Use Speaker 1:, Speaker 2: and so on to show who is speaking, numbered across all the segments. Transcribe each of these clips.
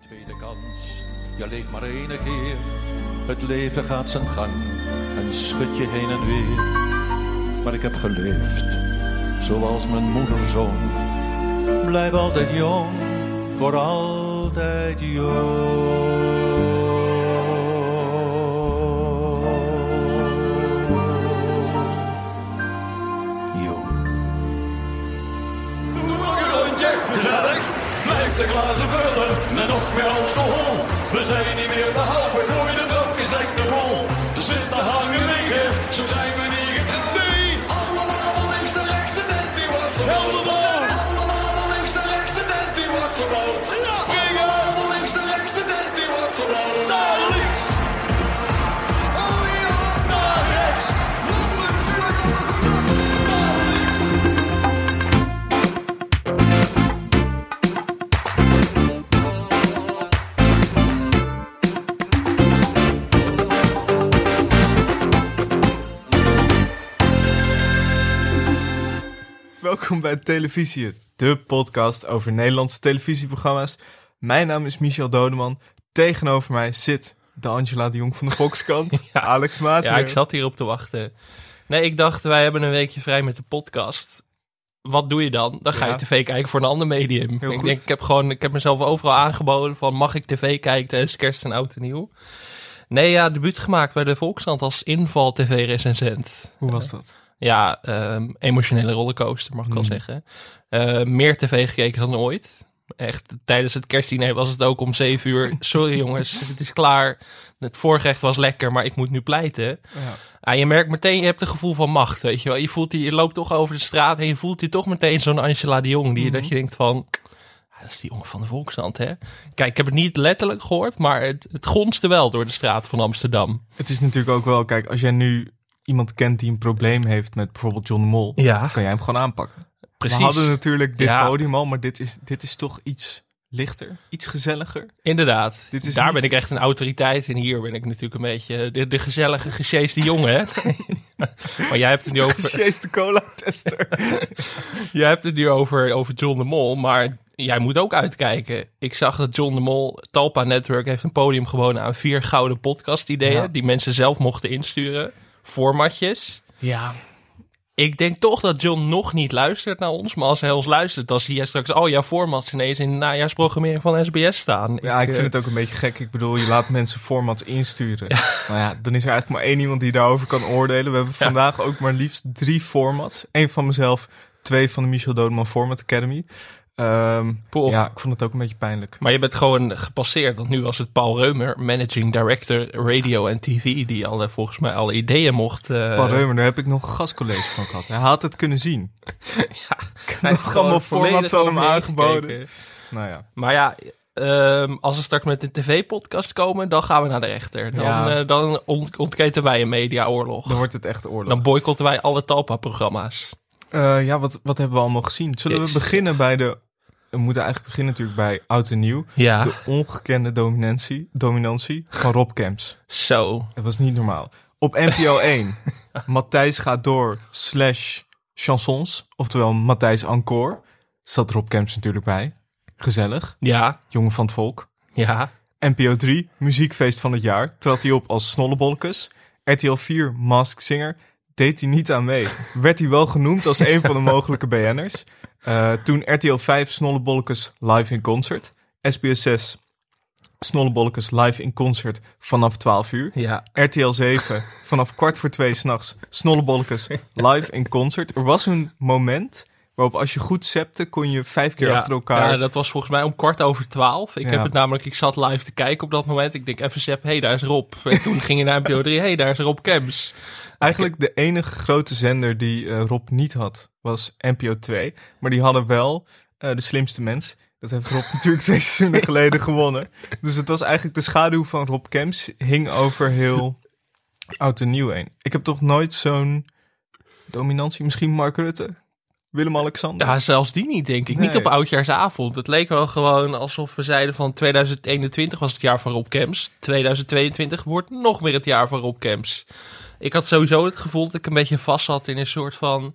Speaker 1: Tweede kans, je leeft maar één keer. Het leven gaat zijn gang en schud je heen en weer. Maar ik heb geleefd, zoals mijn moeder zong. Blijf altijd jong, voor altijd jong.
Speaker 2: Gezellig, blijf de glazen vullen met nog meer alcohol. We zijn niet meer te houden, gooi de drank is lekker vol. Er zitten hangen liggen, zo zijn we niet getrouwd. Nee, allemaal links de rechtste tent die wordt verbouwd. Allemaal links de rechtste tent die wordt verbouwd. Allemaal links de rechtste tent die wordt verbouwd. Naar links. Oh ja, naar rechts. Natuurlijk ook een goed naar links.
Speaker 3: Welkom bij Televisie, de podcast over Nederlandse televisieprogramma's. Mijn naam is Michel Dodeman. Tegenover mij zit de Angela de Jong van de Volkskrant,
Speaker 4: Ja.
Speaker 3: Alex Maas.
Speaker 4: Ja, ik zat hierop te wachten. Nee, ik dacht, wij hebben een weekje vrij met de podcast. Wat doe je dan? Dan ga je
Speaker 3: Ja.
Speaker 4: tv kijken voor een ander medium.
Speaker 3: Heel
Speaker 4: Ik
Speaker 3: goed.
Speaker 4: denk, ik heb mezelf overal aangeboden van, mag ik tv kijken tijdens kerst en oud en nieuw? Nee, ja, debuut gemaakt bij de Volkskrant als inval tv-recensent.
Speaker 3: Hoe was dat?
Speaker 4: Ja, emotionele rollercoaster, mag ik wel zeggen. Meer tv gekeken dan ooit. Echt, tijdens het kerstdiner was het ook om 7 uur. Sorry jongens, het is klaar. Het voorgerecht was lekker, maar ik moet nu pleiten.
Speaker 3: Ja.
Speaker 4: Je merkt meteen, je hebt een gevoel van macht, weet je wel. Je loopt toch over de straat en je voelt je toch meteen zo'n Angela de Jong. Dat je denkt van, dat is die jongen van de Volkskrant, hè. Kijk, ik heb het niet letterlijk gehoord, maar het gonste wel door de straat van Amsterdam.
Speaker 3: Het is natuurlijk ook wel, kijk, als jij nu iemand kent die een probleem heeft met bijvoorbeeld John de Mol,
Speaker 4: Ja,
Speaker 3: kan jij hem gewoon aanpakken.
Speaker 4: precies.
Speaker 3: We hadden natuurlijk dit
Speaker 4: Ja.
Speaker 3: podium al, maar dit is toch iets lichter, iets gezelliger.
Speaker 4: Inderdaad.
Speaker 3: Dit is
Speaker 4: Daar
Speaker 3: niet-
Speaker 4: ben ik echt een autoriteit en hier ben ik natuurlijk een beetje de gezellige, gesjeeste jongen, hè. Maar jij hebt het nu over...
Speaker 3: Sjeeste cola-tester.
Speaker 4: Jij hebt het nu over John de Mol, maar jij moet ook uitkijken. Ik zag dat John de Mol, Talpa Network, heeft een podium gewonnen aan 4 gouden podcast-ideeën
Speaker 3: Ja.
Speaker 4: die mensen zelf mochten insturen. Formatjes.
Speaker 3: Ja.
Speaker 4: Ik denk toch dat John nog niet luistert naar ons, maar als hij ons luistert, dan zie jij straks jouw formats ineens in de najaarsprogrammering van SBS staan.
Speaker 3: Ja, ik vind het ook een beetje gek. Ik bedoel, je laat mensen formats insturen. Nou ja, dan is er eigenlijk maar één iemand die daarover kan oordelen. We hebben vandaag ook maar liefst 3 formats. 1 van mezelf, 2 van de Michel Dodeman Format Academy.
Speaker 4: Poh.
Speaker 3: Ja, ik vond het ook een beetje pijnlijk.
Speaker 4: Maar je bent gewoon gepasseerd, want nu was het Paul Reumer, Managing Director Radio en TV, die volgens mij alle ideeën mocht...
Speaker 3: Paul Reumer, daar heb ik nog een gastcollege van gehad. Hij had het kunnen zien.
Speaker 4: Ja,
Speaker 3: Hij heeft allemaal formats aan hem aangeboden. Nou ja.
Speaker 4: Maar ja, als we straks met een tv-podcast komen, dan gaan we naar de rechter.
Speaker 3: Ja.
Speaker 4: Dan ontketen wij een mediaoorlog.
Speaker 3: Dan wordt het echt oorlog.
Speaker 4: Dan boycotten wij alle Talpa-programma's.
Speaker 3: Ja, wat hebben we allemaal gezien? Zullen we beginnen bij de... We moeten eigenlijk beginnen natuurlijk bij Oud en Nieuw.
Speaker 4: Ja,
Speaker 3: De ongekende dominantie van Rob Kemps.
Speaker 4: zo.
Speaker 3: Het was niet normaal. Op NPO 1, Matthijs gaat door /chansons, oftewel Matthijs Encore. Zat Rob Kemps natuurlijk bij. Gezellig,
Speaker 4: Ja,
Speaker 3: jongen van het volk.
Speaker 4: ja.
Speaker 3: NPO 3, muziekfeest van het jaar, trad hij op als Snollebollekes. RTL 4, Masked Singer, deed hij niet aan mee. Werd hij wel genoemd als een van de mogelijke BN'ers. Toen RTL 5, Snollebollekes live in concert. SBS 6, Snollebollekes live in concert vanaf 12 uur.
Speaker 4: Ja,
Speaker 3: RTL 7, vanaf 1:45 s'nachts, Snollebollekes live in concert. Er was een moment waarop als je goed zepte, kon je 5 keer achter elkaar...
Speaker 4: Ja, dat was volgens mij om 11:15. Ik zat live te kijken op dat moment. Ik denk even Sepp, daar is Rob. En toen ging je naar NPO 3, daar is Rob Kemps.
Speaker 3: Eigenlijk de enige grote zender die Rob niet had, was NPO 2. Maar die hadden wel De Slimste Mens. Dat heeft Rob natuurlijk 2 seizoenen geleden gewonnen. Dus het was eigenlijk de schaduw van Rob Kemps hing over heel Oud en Nieuw heen. Ik heb toch nooit zo'n dominantie, misschien Mark Rutte, Willem-Alexander.
Speaker 4: Ja, zelfs die niet, denk ik.
Speaker 3: Nee.
Speaker 4: Niet op oudjaarsavond. Het leek wel gewoon alsof we zeiden van 2021 was het jaar van Rob Kemps. 2022 wordt nog meer het jaar van Rob Kemps. Ik had sowieso het gevoel dat ik een beetje vast zat in een soort van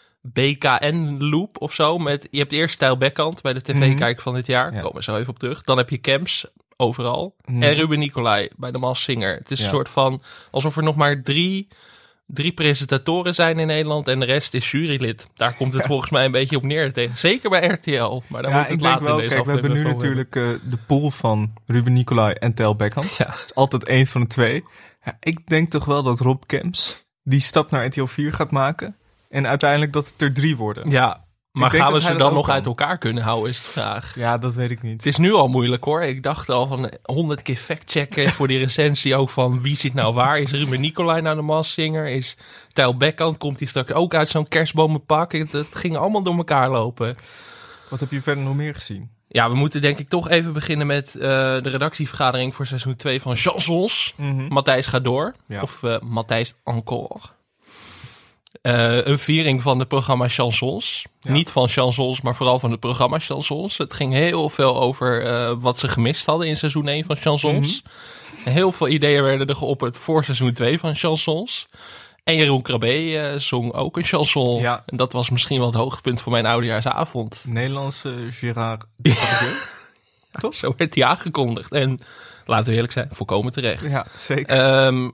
Speaker 4: BKN-loop of zo. Je hebt eerst Stijl Bekkant bij de tv-kijk van dit jaar.
Speaker 3: Ja.
Speaker 4: Komen we zo even op terug. Dan heb je Kemps overal. En Ruben Nicolai bij de Masked Singer. Het is een soort van, alsof er nog maar drie presentatoren zijn in Nederland en de rest is jurylid. Daar komt het volgens mij een beetje op neer tegen. Zeker bij RTL, maar daar moet het later in deze aflevering.
Speaker 3: We hebben nu natuurlijk de pool van Ruben Nicolai en Tel Beckhand.
Speaker 4: Ja.
Speaker 3: Het is altijd één van de twee. Ja, ik denk toch wel dat Rob Kemps die stap naar RTL 4 gaat maken. En uiteindelijk dat het er 3 worden.
Speaker 4: Ja, maar gaan we ze dan nog
Speaker 3: kan.
Speaker 4: uit elkaar kunnen houden, is de vraag.
Speaker 3: Ja, dat weet ik niet.
Speaker 4: Het is nu al moeilijk hoor. Ik dacht al van 100 keer factchecken voor die recensie ook van wie zit nou waar. Is Ruben Nicolai nou de Masked Singer? Is Tel Beckhand, komt hij straks ook uit zo'n kerstbomenpak? Het ging allemaal door elkaar lopen.
Speaker 3: Wat heb je verder nog meer gezien?
Speaker 4: Ja, we moeten denk ik toch even beginnen met de redactievergadering voor seizoen 2 van Chansons. Matthijs gaat door.
Speaker 3: Ja.
Speaker 4: Of Matthijs encore. Een viering van het programma Chansons.
Speaker 3: Ja.
Speaker 4: Niet van Chansons, maar vooral van het programma Chansons. Het ging heel veel over wat ze gemist hadden in seizoen 1 van Chansons. Heel veel ideeën werden er geopperd voor seizoen 2 van Chansons. En Jeroen Krabbe zong ook een chanson.
Speaker 3: Ja.
Speaker 4: En dat was misschien wel het hoogtepunt van mijn oudejaarsavond.
Speaker 3: Nederlandse Gérard Depardieu. Toch?
Speaker 4: Zo werd hij aangekondigd. En laten we eerlijk zijn, volkomen terecht.
Speaker 3: Ja, zeker.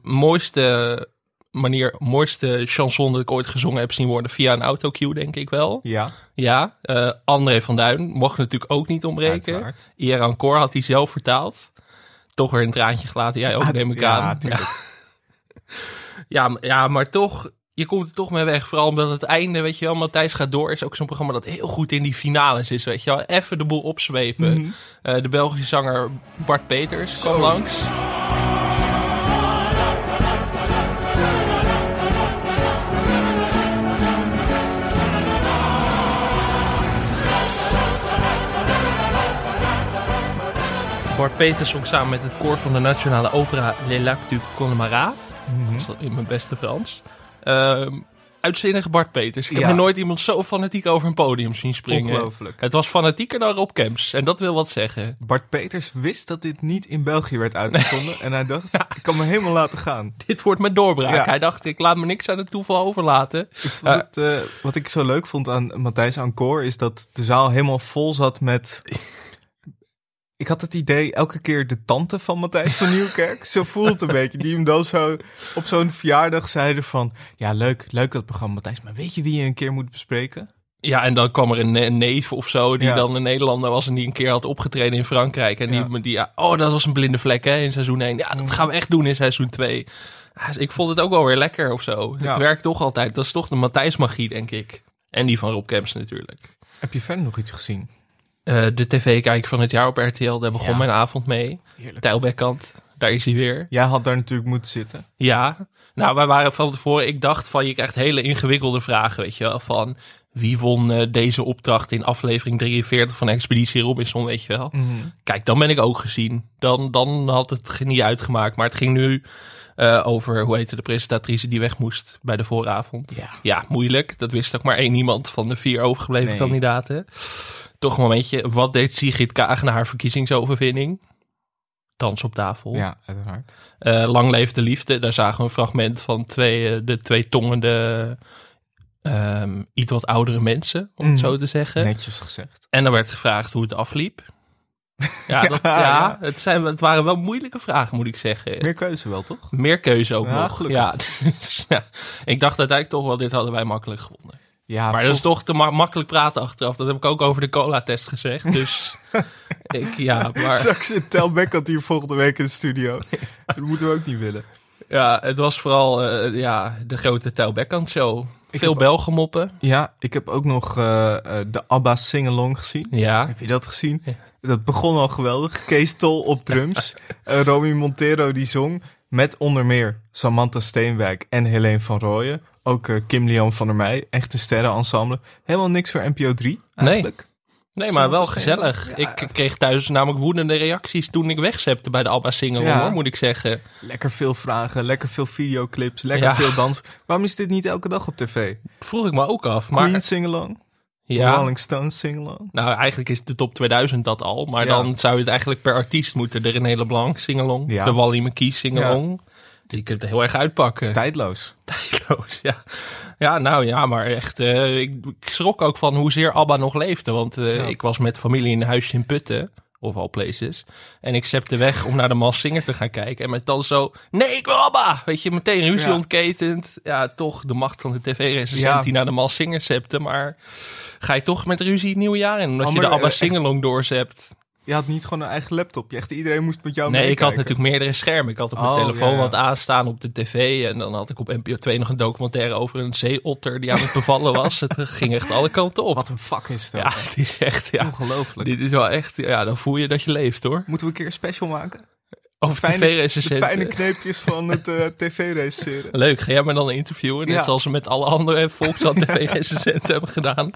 Speaker 4: Mooiste chanson dat ik ooit gezongen heb zien worden via een autocue, denk ik wel.
Speaker 3: Ja,
Speaker 4: Ja, André van Duin mocht natuurlijk ook niet ontbreken.
Speaker 3: uiteraard.
Speaker 4: Hier encore had hij zelf vertaald. Toch weer een traantje gelaten. Jij ook, neem ik aan.
Speaker 3: Ja, tuurlijk.
Speaker 4: Ja, maar toch, je komt er toch mee weg. Vooral omdat het einde, weet je wel, Matthijs gaat door is ook zo'n programma dat heel goed in die finales is, weet je wel. Even de boel opzwepen. De Belgische zanger Bart Peters kwam langs. Bart Peters zong samen met het koor van de Nationale Opera Les Lacs du Connemara. Dat is in mijn beste Frans. Uitzinnige Bart Peters. Ik heb nog nooit iemand zo fanatiek over een podium zien springen.
Speaker 3: Ongelooflijk.
Speaker 4: Het was fanatieker dan Rob Kemps. En dat wil wat zeggen.
Speaker 3: Bart Peters wist dat dit niet in België werd uitgezonden. En hij dacht, ik kan me helemaal laten gaan.
Speaker 4: Dit wordt mijn doorbraak.
Speaker 3: Ja.
Speaker 4: Hij dacht, ik laat me niks aan het toeval overlaten.
Speaker 3: Wat ik zo leuk vond aan Matthijs Encore is dat de zaal helemaal vol zat met... Ik had het idee, elke keer de tante van Matthijs van Nieuwkerk, zo voelt het een beetje, die hem dan zo op zo'n verjaardag zeiden van, ja, leuk dat programma Matthijs, maar weet je wie je een keer moet bespreken?
Speaker 4: Ja, en dan kwam er een neef of zo, die
Speaker 3: Ja.
Speaker 4: dan een Nederlander was en die een keer had opgetreden in Frankrijk. En dat was een blinde vlek hè, in seizoen 1. Ja, dat gaan we echt doen in seizoen 2. Ja, dus ik vond het ook wel weer lekker of zo.
Speaker 3: Ja.
Speaker 4: Het werkt toch altijd. Dat is toch de Matthijs-magie, denk ik. En die van Rob Kemps natuurlijk.
Speaker 3: Heb je verder nog iets gezien?
Speaker 4: De tv-kijk van het jaar op RTL, daar begon mijn avond mee.
Speaker 3: Heerlijk.
Speaker 4: Tijl Beckhand, daar is hij weer.
Speaker 3: Jij had daar natuurlijk moeten zitten.
Speaker 4: Ja, nou, wij waren van tevoren... Ik dacht van, je krijgt hele ingewikkelde vragen, weet je wel. Van, wie won deze opdracht in aflevering 43 van Expeditie Robinson, weet je wel. Kijk, dan ben ik ook gezien. Dan had het niet uitgemaakt. Maar het ging nu over, hoe heette de presentatrice die weg moest bij de vooravond. Ja, moeilijk. Dat wist ook maar één iemand van de 4 overgebleven kandidaten. Toch een momentje. Wat deed Sigrid Kaag na haar verkiezingsoverwinning? Dans op tafel.
Speaker 3: Ja, uiteraard.
Speaker 4: Lang leeft de liefde. Daar zagen we een fragment van de twee tongende, iets wat oudere mensen, om het zo te zeggen.
Speaker 3: Netjes gezegd.
Speaker 4: En dan werd gevraagd hoe het afliep. Ja, het waren wel moeilijke vragen, moet ik zeggen.
Speaker 3: Meer keuze wel, toch?
Speaker 4: Meer keuze ook
Speaker 3: Ja,
Speaker 4: nog.
Speaker 3: gelukkig.
Speaker 4: Ja, dus, ja, ik dacht uiteindelijk toch wel, dit hadden wij makkelijk gewonnen.
Speaker 3: Ja,
Speaker 4: Maar dat is toch te makkelijk praten achteraf. Dat heb ik ook over de cola-test gezegd. Dus maar
Speaker 3: Straks zit Tel Beckhand hier volgende week in de studio. Dat moeten we ook niet willen.
Speaker 4: ja, het was vooral de grote Tijl Beckhand show. Veel Belgemoppen.
Speaker 3: Ja, ik heb ook nog de ABBA Sing-Along gezien.
Speaker 4: Ja.
Speaker 3: Heb je dat gezien?
Speaker 4: Ja.
Speaker 3: Dat begon al geweldig. Kees Tol op drums. Romy Montero die zong. Met onder meer Samantha Steenwijk en Helene van Rooyen. Ook Kim Lian van der Meij. Echt een sterrenensemble. Helemaal niks voor NPO 3 eigenlijk.
Speaker 4: Nee, maar wel
Speaker 3: Samantha Steenwijk.
Speaker 4: gezellig. Ik kreeg thuis namelijk woedende reacties toen ik wegzepte bij de ABBA Sing-Along,
Speaker 3: Ja.
Speaker 4: hoor, moet ik zeggen.
Speaker 3: Lekker veel vragen, lekker veel videoclips, lekker
Speaker 4: Ja.
Speaker 3: veel dans. Waarom is dit niet elke dag op tv?
Speaker 4: Vroeg ik me ook af.
Speaker 3: Queen
Speaker 4: Maar
Speaker 3: Sing-Along?
Speaker 4: ja,
Speaker 3: Rolling Stones Sing-Along?
Speaker 4: nou eigenlijk is de top 2000 dat al. Maar
Speaker 3: Ja.
Speaker 4: dan zou je het eigenlijk per artiest moeten. De René Leblanc Sing-Along,
Speaker 3: Ja.
Speaker 4: de Wally McKee Sing-Along. Die kunt er heel erg uitpakken.
Speaker 3: Tijdloos.
Speaker 4: Tijdloos, ja. Ja, nou ja, maar echt, ik schrok ook van hoezeer ABBA nog leefde. Want ik was met familie in een huisje in Putten. of all places. En ik zepte weg om naar de Masked Singer te gaan kijken. En met dan zo, nee, ik wil ABBA! Weet je, meteen ruzie ontketend. Ja, toch de macht van de tv-recensent die naar de Masked Singer zepte. Maar ga je toch met ruzie het nieuwe jaar in? Omdat je de ABBA Singalong doorzept.
Speaker 3: Je had niet gewoon een eigen laptop. Iedereen moest met jou
Speaker 4: Nee,
Speaker 3: meekijken.
Speaker 4: ik had natuurlijk meerdere schermen. Ik had op mijn telefoon wat aanstaan op de tv. En dan had ik op NPO 2 nog een documentaire over een zeeotter die aan het bevallen was. Het ging echt alle kanten op.
Speaker 3: Wat een vak is dat.
Speaker 4: Ja, het is echt,
Speaker 3: Ongelooflijk.
Speaker 4: Dit is wel echt, dan voel je dat je leeft, hoor.
Speaker 3: Moeten we een keer een special maken?
Speaker 4: Over
Speaker 3: De
Speaker 4: tv-recensenten.
Speaker 3: fijne kneepjes van het tv-recenseren.
Speaker 4: Leuk, ga jij me dan interviewen? Net zoals we met alle andere Volkskrant tv-recensenten hebben gedaan.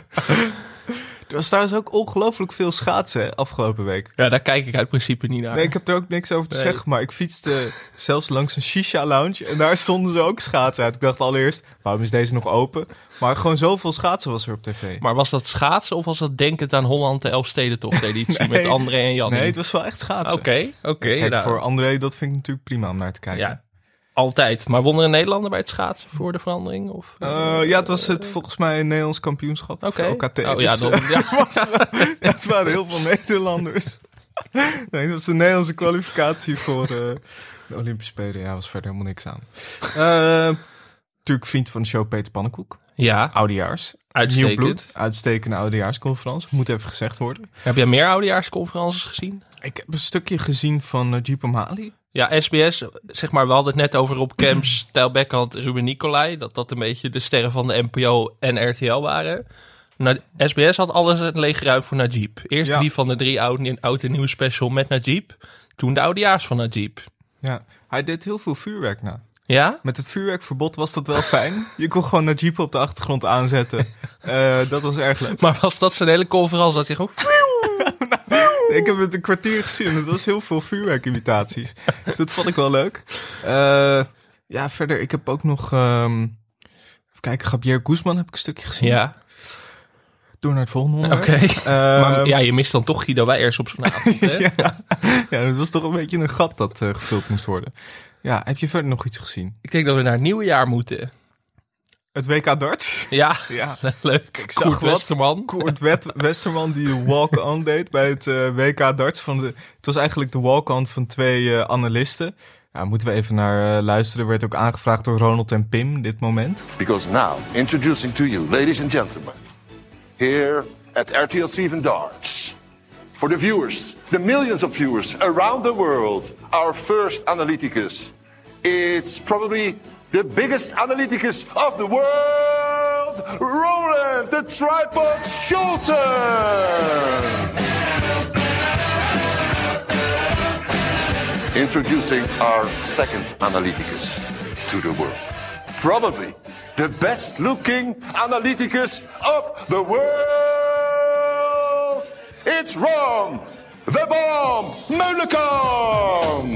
Speaker 3: Er was trouwens ook ongelooflijk veel schaatsen afgelopen week.
Speaker 4: Ja, daar kijk ik uit principe niet naar.
Speaker 3: Nee, ik heb er ook niks over te zeggen, maar ik fietste zelfs langs een shisha-lounge en daar stonden ze ook schaatsen uit. Ik dacht allereerst, waarom is deze nog open? Maar gewoon zoveel schaatsen was er op tv.
Speaker 4: Maar was dat schaatsen of was dat denkend aan Holland de Elfstedentocht-editie met André en Jannie?
Speaker 3: Nee, het was wel echt schaatsen.
Speaker 4: Oké.
Speaker 3: Kijk, voor André, dat vind ik natuurlijk prima om naar te kijken.
Speaker 4: Ja, altijd. Maar won er een Nederlander bij het schaatsen voor de verandering? Of,
Speaker 3: ja, het was volgens mij een Nederlands kampioenschap.
Speaker 4: Oké.
Speaker 3: OKT.
Speaker 4: Oh ja, dan,
Speaker 3: Het waren heel veel Nederlanders. Nee, het was de Nederlandse kwalificatie voor de Olympische Spelen. Ja, was verder helemaal niks aan. Natuurlijk vriend van de show Peter Pannenkoek.
Speaker 4: Ja.
Speaker 3: Oudejaars.
Speaker 4: Uitstekend.
Speaker 3: Nieuw bloed. Uitstekende oudejaarsconferentie. Moet even gezegd worden.
Speaker 4: Heb jij meer oudejaarsconferences gezien?
Speaker 3: Ik heb een stukje gezien van Jeep O'Malley.
Speaker 4: Ja, SBS, zeg maar, we hadden het net over Rob Kemps, Tijl Beckhand, Ruben Nicolai. Dat een beetje de sterren van de NPO en RTL waren. SBS had alles een lege ruim voor Najib. Eerst die van de 3 oud en nieuw special met Najib. Toen de oudejaars van Najib.
Speaker 3: Ja, hij deed heel veel vuurwerk na.
Speaker 4: Ja?
Speaker 3: Met het vuurwerkverbod was dat wel fijn. Je kon gewoon Najib op de achtergrond aanzetten. Dat was erg leuk.
Speaker 4: Maar was dat zijn hele conferentie dat hij gewoon...
Speaker 3: Ik heb het een kwartier gezien. Het was heel veel vuurwerkimitaties. Dus dat vond ik wel leuk. Ja, verder, ik heb ook nog... even kijken, Javier Guzman heb ik een stukje gezien.
Speaker 4: Ja.
Speaker 3: Door naar het volgende onderwerp.
Speaker 4: Oké. Maar ja, je mist dan toch Guido Weijers op zo'n avond, hè?
Speaker 3: Ja, dat was toch een beetje een gat dat gevuld moest worden. Ja, heb je verder nog iets gezien?
Speaker 4: Ik denk dat we naar het nieuwe jaar moeten.
Speaker 3: Het WK darts?
Speaker 4: Ja, leuk.
Speaker 3: Ik zag
Speaker 4: Koert Westerman.
Speaker 3: Koert Westerman die de walk-on deed bij het WK darts. Het was eigenlijk de walk-on van 2 analisten. Ja, moeten we even naar luisteren. Werd ook aangevraagd door Ronald en Pim dit moment.
Speaker 5: Because now, introducing to you, ladies and gentlemen, here at RTL 7 Darts, for the viewers, the millions of viewers around the world, our first analyticus. It's probably the biggest analyticus of the world, Roland the Tripod Schulten. Introducing our second analyticus to the world. Probably the best looking analyticus of the world. It's Ron, the Bomb, Meulenkamp.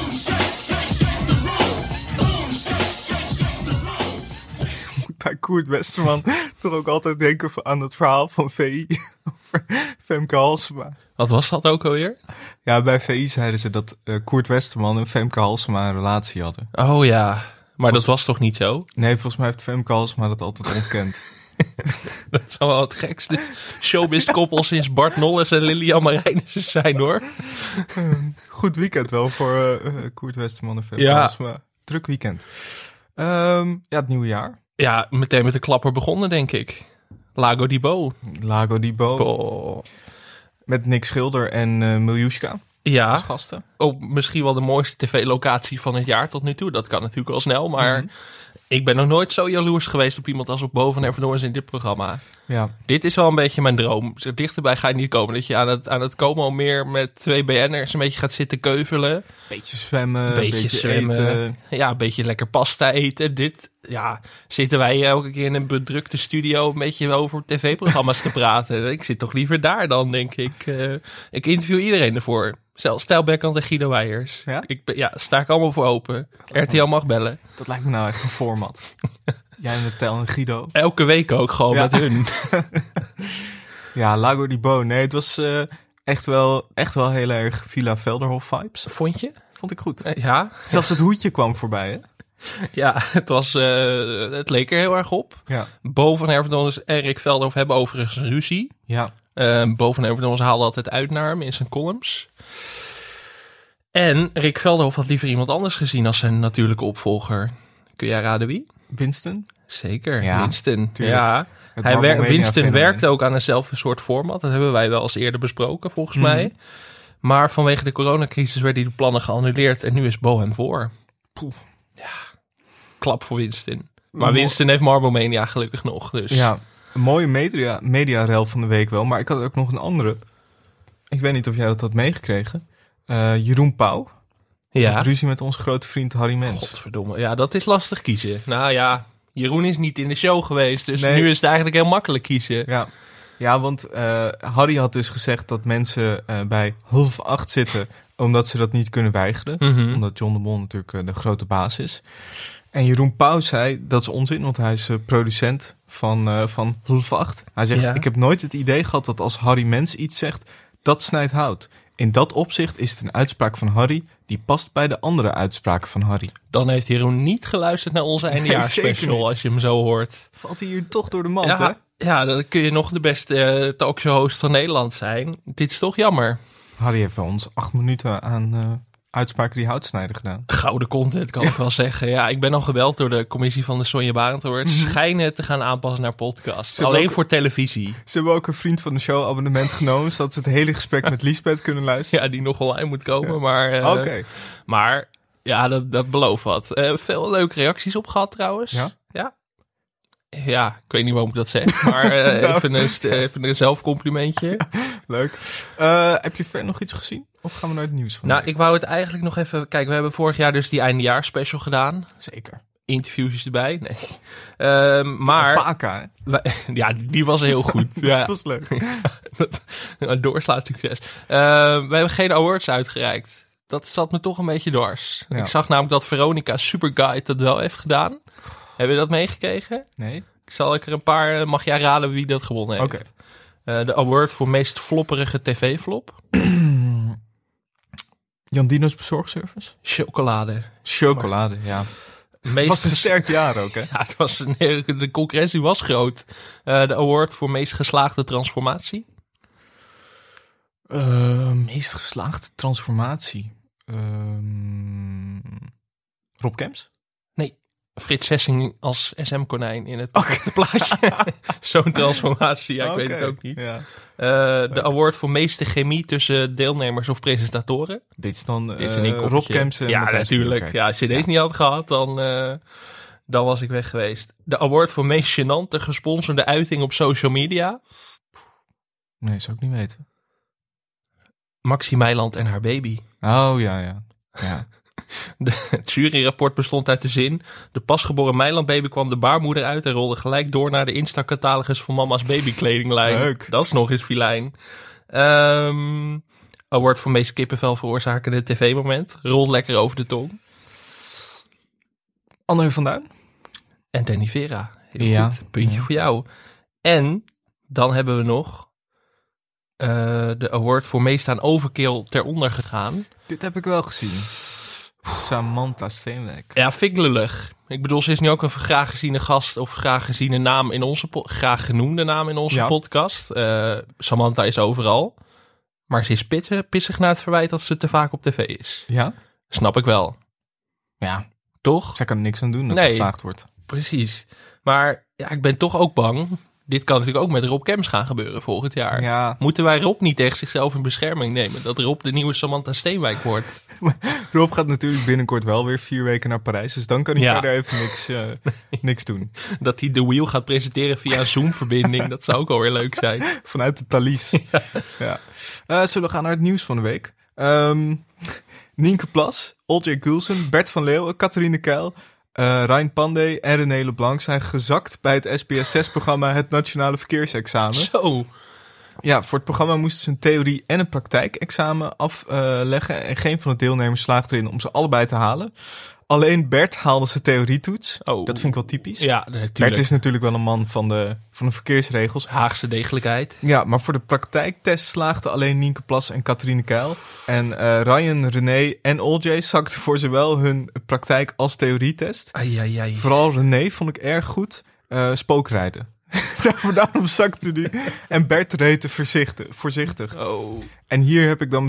Speaker 3: Bij Koert Westerman toch ook altijd denken aan het verhaal van VI over Femke Halsema.
Speaker 4: Wat was dat ook alweer?
Speaker 3: Ja, bij VI zeiden ze dat Koert Westerman en Femke Halsema een relatie hadden.
Speaker 4: Oh ja, maar dat was toch niet zo?
Speaker 3: Nee, volgens mij heeft Femke Halsema dat altijd ontkend.
Speaker 4: Dat zou wel het gekste showbiz-koppel sinds Bart Nolles en Lilian Marijnissen zijn, hoor.
Speaker 3: Goed weekend wel voor Koert Westerman en Femke Halsema. Druk weekend. Ja, het nieuwe jaar.
Speaker 4: Ja, meteen met de klapper begonnen, denk ik. Lago di Bo.
Speaker 3: Lago di Bo.
Speaker 4: Oh.
Speaker 3: Met Nick Schilder en Miljuska
Speaker 4: Ja,
Speaker 3: als gasten.
Speaker 4: ook misschien wel de mooiste tv-locatie van het jaar tot nu toe. Dat kan natuurlijk wel snel, maar ik ben nog nooit zo jaloers geweest op iemand als op Boven Erfenoors in dit programma.
Speaker 3: Ja.
Speaker 4: Dit is wel een beetje mijn droom. Zo dichterbij ga je niet komen. Dat je aan het Como meer met 2 BN'ers een beetje gaat zitten keuvelen.
Speaker 3: Beetje zwemmen,
Speaker 4: Beetje zwemmen.
Speaker 3: eten.
Speaker 4: Ja, een beetje lekker pasta eten. Zitten wij elke keer in een bedrukte studio een beetje over tv-programma's te praten. Ik zit toch liever daar dan, denk ik. Ik interview iedereen ervoor. Zelfs Tijl Beckhand en Guido Weijers.
Speaker 3: Ja?
Speaker 4: Sta ik allemaal voor open. RTL mag bellen.
Speaker 3: Dat lijkt me nou echt een format. Jij met Tel en Guido.
Speaker 4: Elke week ook gewoon met hun.
Speaker 3: Ja, Lago di Bo. Nee, het was echt wel heel erg Villa Velderhof vibes.
Speaker 4: Vond je?
Speaker 3: Vond ik goed.
Speaker 4: Ja.
Speaker 3: Zelfs het hoedje kwam voorbij, hè?
Speaker 4: Ja, het leek er heel erg op.
Speaker 3: Ja.
Speaker 4: Bo van Hervedonnes en Rick Veldhoff hebben overigens een ruzie.
Speaker 3: Ja.
Speaker 4: Bo van Hervedonnes haalde altijd uit naar hem in zijn columns. En Rick Veldhoff had liever iemand anders gezien als zijn natuurlijke opvolger. Kun jij raden wie?
Speaker 3: Winston?
Speaker 4: Zeker,
Speaker 3: Ja,
Speaker 4: Winston.
Speaker 3: tuurlijk.
Speaker 4: Ja,
Speaker 3: Het Marble Mania
Speaker 4: Winston
Speaker 3: fenomeen.
Speaker 4: werkte ook aan eenzelfde soort format. Dat hebben wij wel eens eerder besproken, volgens mij. Maar vanwege de coronacrisis werden die plannen geannuleerd. En nu is Bo hem voor.
Speaker 3: Poeh.
Speaker 4: Ja, klap voor Winston. Maar Winston heeft Marble Mania gelukkig nog. Dus.
Speaker 3: Ja, een mooie mediarel van de week wel. Maar ik had ook nog een andere. Ik weet niet of jij dat had meegekregen. Jeroen Pauw.
Speaker 4: Ja.
Speaker 3: Had ruzie met onze grote vriend Harry Mens.
Speaker 4: Godverdomme. Ja, dat is lastig kiezen. Nou ja, Jeroen is niet in de show geweest. Dus
Speaker 3: Nee.
Speaker 4: nu is het eigenlijk heel makkelijk kiezen.
Speaker 3: Ja, want Harry had dus gezegd dat mensen bij half 8 zitten omdat ze dat niet kunnen weigeren. Omdat John de Mol natuurlijk de grote baas is. En Jeroen Pauw zei, dat is onzin, want hij is producent van half 8. Hij zegt,
Speaker 4: Ja.
Speaker 3: ik heb nooit het idee gehad dat als Harry Mens iets zegt, dat snijdt hout. In dat opzicht is het een uitspraak van Harry die past bij de andere uitspraken van Harry.
Speaker 4: Dan heeft Jeroen niet geluisterd naar onze
Speaker 3: zeker
Speaker 4: eindejaarsspecial,
Speaker 3: niet.
Speaker 4: als je hem zo hoort.
Speaker 3: Valt hij hier toch door de mand, hè?
Speaker 4: Ja, dan kun je nog de beste talkshow-host van Nederland zijn. Dit is toch jammer.
Speaker 3: Harry heeft bij ons 8 minuten aan uitspraken die hout snijden gedaan.
Speaker 4: Gouden content, kan ik wel zeggen. Ja, ik ben al gebeld door de commissie van de Sonja Barend Awards. Schijnen te gaan aanpassen naar podcast.
Speaker 3: hebben
Speaker 4: Alleen
Speaker 3: ook-
Speaker 4: voor televisie.
Speaker 3: Ze hebben ook een vriend van de show abonnement genomen, zodat ze het hele gesprek met Liesbeth kunnen luisteren.
Speaker 4: Ja, die nog online moet komen. Maar,
Speaker 3: Oké.
Speaker 4: maar ja, dat belooft wat. Veel leuke reacties op gehad trouwens.
Speaker 3: Ja?
Speaker 4: Ja, ik weet niet waarom ik dat zeg. Maar even een zelfcomplimentje.
Speaker 3: Leuk. Heb je verder nog iets gezien? Of gaan we naar het nieuws van?
Speaker 4: Nou, ik wou het eigenlijk nog even... Kijk, we hebben vorig jaar dus die eindejaarsspecial gedaan.
Speaker 3: Zeker.
Speaker 4: Interviews erbij. Nee. Maar...
Speaker 3: Paka, hè?
Speaker 4: Ja, die was heel goed. Ja,
Speaker 3: Dat was leuk.
Speaker 4: een doorslaat succes. We hebben geen awards uitgereikt. Dat zat me toch een beetje dwars.
Speaker 3: Ja.
Speaker 4: Ik zag namelijk dat Veronica Superguide dat wel heeft gedaan. Heb je dat meegekregen?
Speaker 3: Nee?
Speaker 4: Zal ik er een paar... Mag jij raden wie dat gewonnen heeft?
Speaker 3: Oké.
Speaker 4: De award voor meest flopperige tv-flop.
Speaker 3: Jandino's bezorgservice?
Speaker 4: Chocolade.
Speaker 3: Chocolade, ja.
Speaker 4: Meest
Speaker 3: Was een sterk jaar ook, hè?
Speaker 4: Ja, het was de concurrentie was groot. De award voor meest geslaagde transformatie.
Speaker 3: Meest geslaagde transformatie. Rob Kemps?
Speaker 4: Nee, Frits Sessing als SM-konijn in het perfecte plaatje. Zo'n transformatie, ja, ik weet het ook niet.
Speaker 3: Ja.
Speaker 4: De award voor meeste chemie tussen deelnemers of presentatoren.
Speaker 3: Dit is dan
Speaker 4: Dit is een inkoppertje.
Speaker 3: Rob Kemps en
Speaker 4: ja,
Speaker 3: Matthijs
Speaker 4: natuurlijk.
Speaker 3: Nieuwkerk.
Speaker 4: Ja, als je deze niet had gehad, dan was ik weg geweest. De award voor meest gênante gesponsorde uiting op social media.
Speaker 3: Nee, zou ik niet weten.
Speaker 4: Maxi Meiland en haar baby.
Speaker 3: Oh, ja.
Speaker 4: Het juryrapport bestond uit de zin: de pasgeboren Meilandbaby kwam de baarmoeder uit en rolde gelijk door naar de Insta-catalogus van mama's babykledinglijn.
Speaker 3: Leuk.
Speaker 4: Dat is nog eens filijn. Award voor meest kippenvel veroorzakende tv-moment. Rolt lekker over de tong.
Speaker 3: André van Duin?
Speaker 4: En Danny Vera. Heel
Speaker 3: Ja.
Speaker 4: goed. Puntje
Speaker 3: Ja.
Speaker 4: voor jou. En dan hebben we nog de award voor meest aan overkill ter onder gegaan.
Speaker 3: Dit heb ik wel gezien. Samantha Steenwijk.
Speaker 4: Ja, vind ik lullig. Ik bedoel, ze is nu ook een graag geziene gast of graag geziene naam in onze graag genoemde naam in onze
Speaker 3: Ja.
Speaker 4: podcast. Samantha is overal. Maar ze is pissig naar het verwijt dat ze te vaak op tv is.
Speaker 3: Ja?
Speaker 4: Snap ik wel.
Speaker 3: Ja.
Speaker 4: Toch?
Speaker 3: Zij kan er niks aan doen dat
Speaker 4: Nee.
Speaker 3: ze gevraagd wordt.
Speaker 4: Precies. Maar ja, ik ben toch ook bang. Dit kan natuurlijk ook met Rob Kemps gaan gebeuren volgend jaar.
Speaker 3: Ja.
Speaker 4: Moeten wij Rob niet tegen zichzelf in bescherming nemen? Dat Rob de nieuwe Samantha Steenwijk wordt.
Speaker 3: Rob gaat natuurlijk binnenkort wel weer 4 weken naar Parijs. Dus dan kan hij
Speaker 4: Ja.
Speaker 3: verder even niks doen.
Speaker 4: Dat hij The Wheel gaat presenteren via een Zoom-verbinding. Dat zou ook alweer leuk zijn.
Speaker 3: Vanuit de Thalys. Ja. Zullen we gaan naar het nieuws van de week? Nienke Plas, O.J. Gulsen, Bert van Leeuwen, Catharine Keil, Rijn Pandey en René Leblanc zijn gezakt bij het SBS6-programma Het Nationale Verkeersexamen.
Speaker 4: Zo.
Speaker 3: Ja, voor het programma moesten ze een theorie- en een praktijkexamen afleggen. En geen van de deelnemers slaagde erin om ze allebei te halen. Alleen Bert haalde zijn theorietoets.
Speaker 4: Oh.
Speaker 3: Dat vind ik wel typisch.
Speaker 4: Ja, natuurlijk.
Speaker 3: Bert is natuurlijk wel een man van de verkeersregels.
Speaker 4: Haagse degelijkheid.
Speaker 3: Ja, maar voor de praktijktest slaagden alleen Nienke Plas en Catharine Keil. En Ryan, René en Oljay zakten voor zowel hun praktijk als theorietest.
Speaker 4: Ai.
Speaker 3: Vooral René vond ik erg goed. Spookrijden. Daarom zakte die. En Bert reed voorzichtig.
Speaker 4: Oh.
Speaker 3: En hier heb ik dan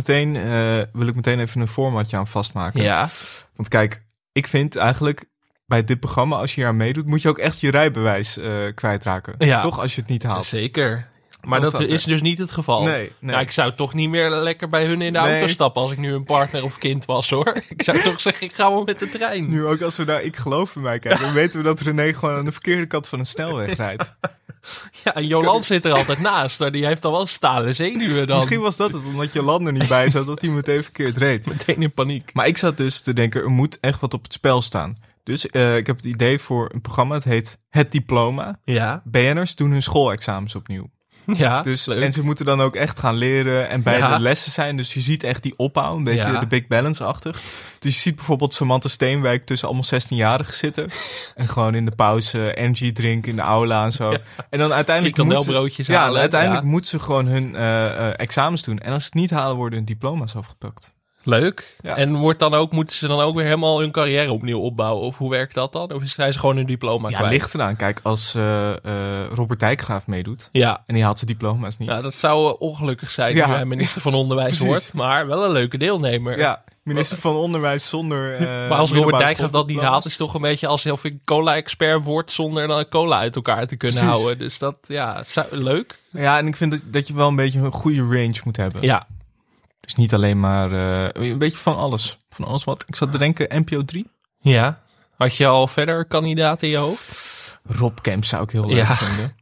Speaker 3: wil ik meteen even een formatje aan vastmaken.
Speaker 4: Ja.
Speaker 3: Want kijk, ik vind eigenlijk bij dit programma, als je hier aan meedoet, moet je ook echt je rijbewijs kwijtraken.
Speaker 4: Ja.
Speaker 3: Toch, als je het niet haalt.
Speaker 4: Zeker. Maar
Speaker 3: Dan
Speaker 4: dat
Speaker 3: staat
Speaker 4: is
Speaker 3: er.
Speaker 4: dus niet het geval.
Speaker 3: Nee.
Speaker 4: Nou, ik zou toch niet meer lekker bij hun in de
Speaker 3: Nee.
Speaker 4: auto stappen als ik nu een partner of kind was, hoor. Ik zou toch zeggen, ik ga wel met de trein.
Speaker 3: Nu ook als we naar Ik Geloof in Mij kijken, dan weten we dat René gewoon aan de verkeerde kant van een snelweg rijdt.
Speaker 4: Ja, en Jolan zit er altijd naast. Maar die heeft al wel stalen zenuwen dan.
Speaker 3: Misschien was dat het, omdat Jolande er niet bij zat, dat hij meteen verkeerd reed.
Speaker 4: Meteen in paniek.
Speaker 3: Maar ik zat dus te denken, er moet echt wat op het spel staan. Dus ik heb het idee voor een programma, het heet Het Diploma.
Speaker 4: Ja,
Speaker 3: BN'ers doen hun schoolexamens opnieuw.
Speaker 4: ja,
Speaker 3: Dus,
Speaker 4: leuk.
Speaker 3: en ze moeten dan ook echt gaan leren en bij
Speaker 4: Ja.
Speaker 3: de lessen zijn. Dus je ziet echt die opbouw, een beetje
Speaker 4: Ja.
Speaker 3: de Big Balance-achtig. Dus je ziet bijvoorbeeld Samantha Steenwijk tussen allemaal 16-jarigen zitten. En gewoon in de pauze energy drinken in de aula en zo. En dan uiteindelijk
Speaker 4: Frikandelbroodjes
Speaker 3: ja,
Speaker 4: halen,
Speaker 3: uiteindelijk
Speaker 4: ja.
Speaker 3: moeten ze gewoon hun examens doen. En als ze het niet halen, worden hun diploma's afgepakt.
Speaker 4: Leuk.
Speaker 3: Ja.
Speaker 4: En moeten ze dan ook weer helemaal hun carrière opnieuw opbouwen? Of hoe werkt dat dan? Of zijn ze gewoon hun diploma
Speaker 3: Ja,
Speaker 4: kwijt?
Speaker 3: ligt eraan. Kijk, als Robert Dijkgraaf meedoet
Speaker 4: Ja.
Speaker 3: en die haalt zijn diploma's niet.
Speaker 4: Ja, dat zou ongelukkig zijn
Speaker 3: Ja.
Speaker 4: nu hij minister van Onderwijs
Speaker 3: Precies.
Speaker 4: wordt. Maar wel een leuke deelnemer.
Speaker 3: Ja, minister van Onderwijs zonder
Speaker 4: Maar als
Speaker 3: middelbare
Speaker 4: Robert Dijkgraaf dat niet
Speaker 3: schooldiploma's.
Speaker 4: haalt, is het toch een beetje alsof ik cola-expert word zonder dan cola uit elkaar te kunnen
Speaker 3: Precies.
Speaker 4: houden. Dus dat, ja, leuk.
Speaker 3: Ja, en ik vind dat je wel een beetje een goede range moet hebben.
Speaker 4: Ja,
Speaker 3: Dus niet alleen maar een beetje van alles. Van alles wat. Ik zat te denken, NPO 3.
Speaker 4: ja. Had je al verder kandidaten in je hoofd?
Speaker 3: Rob Kemp zou ik heel leuk
Speaker 4: Ja.
Speaker 3: vinden.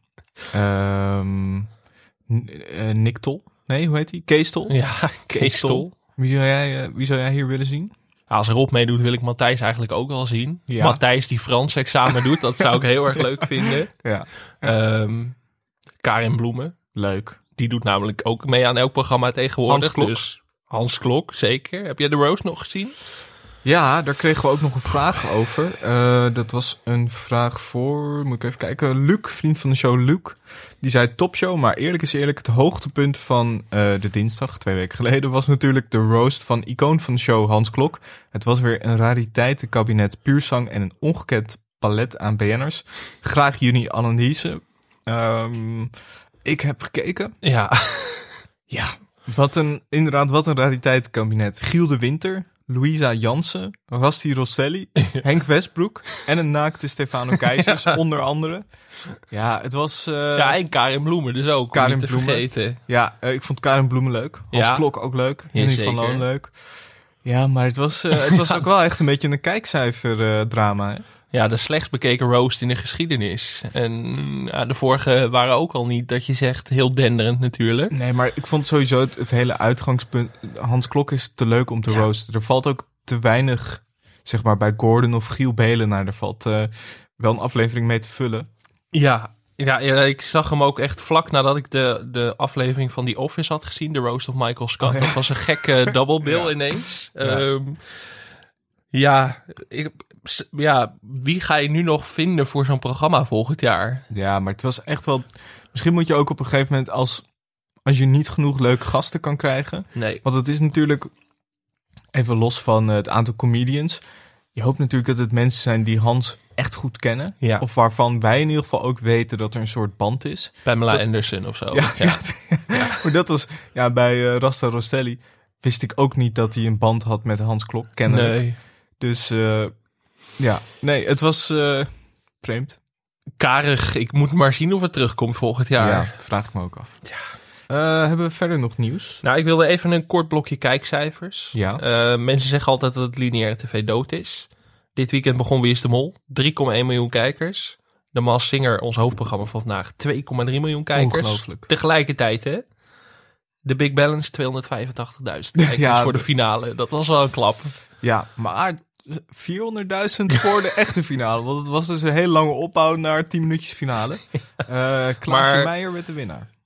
Speaker 3: Nick Tol. Nee, hoe heet hij? Kees Tol.
Speaker 4: Ja, Kees Stol.
Speaker 3: Wie zou jij hier willen zien?
Speaker 4: Als Rob meedoet, wil ik Matthijs eigenlijk ook wel zien.
Speaker 3: Ja.
Speaker 4: Matthijs die Frans examen doet, dat zou ik heel erg leuk vinden.
Speaker 3: Ja.
Speaker 4: Karin Bloemen,
Speaker 3: Leuk.
Speaker 4: die doet namelijk ook mee aan elk programma tegenwoordig.
Speaker 3: Hans Klok.
Speaker 4: Dus Hans Klok, zeker. Heb jij de Roast nog gezien?
Speaker 3: Ja, daar kregen we ook nog een vraag over. Dat was een vraag voor, moet ik even kijken, Luc, vriend van de show Luc. Die zei topshow, maar eerlijk is eerlijk, het hoogtepunt van de dinsdag, 2 weken geleden, was natuurlijk de roast van icoon van de show Hans Klok. Het was weer een rariteitenkabinet, puurzang en een ongekend palet aan BN'ers. Graag jullie analyse. Ik heb gekeken.
Speaker 4: Ja.
Speaker 3: Ja, wat een rariteitenkabinet. Giel de Winter, Louisa Jansen, Rasti Rostelli, Henk Westbroek en een naakte Stefano Keizers, onder andere. Ja, het was...
Speaker 4: Ja, en Karin Bloemen dus ook, om
Speaker 3: Karin
Speaker 4: niet te
Speaker 3: Bloemen.
Speaker 4: vergeten.
Speaker 3: ik vond Karin Bloemen leuk. Hans
Speaker 4: Ja.
Speaker 3: Klok ook leuk. Henry
Speaker 4: zeker.
Speaker 3: van Loon leuk. Ja, maar het was ook wel echt een beetje een kijkcijfer drama. Hè?
Speaker 4: Ja, de slechtst bekeken roast in de geschiedenis. En ja, de vorige waren ook al niet, dat je zegt, heel denderend natuurlijk.
Speaker 3: Nee, maar ik vond sowieso het hele uitgangspunt... Hans Klok is te leuk om te roosten. Er valt ook te weinig, zeg maar, bij Gordon of Giel Belenaar. Er valt wel een aflevering mee te vullen.
Speaker 4: Ja, ik zag hem ook echt vlak nadat ik de aflevering van The Office had gezien. De Roast of Michael Scott.
Speaker 3: Oh, ja.
Speaker 4: Dat was een gekke double bill ineens. Wie ga je nu nog vinden voor zo'n programma volgend jaar?
Speaker 3: Ja, maar het was echt wel... Misschien moet je ook op een gegeven moment als je niet genoeg leuke gasten kan krijgen.
Speaker 4: Nee.
Speaker 3: Want het is natuurlijk, even los van het aantal comedians... Je hoopt natuurlijk dat het mensen zijn die Hans echt goed kennen.
Speaker 4: Ja.
Speaker 3: Of waarvan wij in ieder geval ook weten dat er een soort band is.
Speaker 4: Pamela Anderson of zo.
Speaker 3: Ja. Maar dat was, bij Rasta Rostelli wist ik ook niet dat hij een band had met Hans Klok, kennelijk.
Speaker 4: Nee.
Speaker 3: Dus het was vreemd.
Speaker 4: Karig. Ik moet maar zien of het terugkomt volgend jaar.
Speaker 3: Ja, vraag ik me ook af. Ja. Hebben we verder nog nieuws?
Speaker 4: Nou, ik wilde even een kort blokje kijkcijfers.
Speaker 3: Ja.
Speaker 4: Mensen zeggen altijd dat het lineaire tv dood is. Dit weekend begon Wie is de Mol? 3,1 miljoen kijkers. De Masked Singer, ons hoofdprogramma van vandaag, 2,3 miljoen kijkers.
Speaker 3: Ongelooflijk.
Speaker 4: Tegelijkertijd, hè? De Big Balance, 285.000 kijkers voor de finale. Dat was wel een klap.
Speaker 3: Ja, maar 400.000 voor de echte finale. Want het was dus een hele lange opbouw naar 10 minuutjes finale. Klaasje
Speaker 4: Maar-
Speaker 3: Meijer werd de winnaar.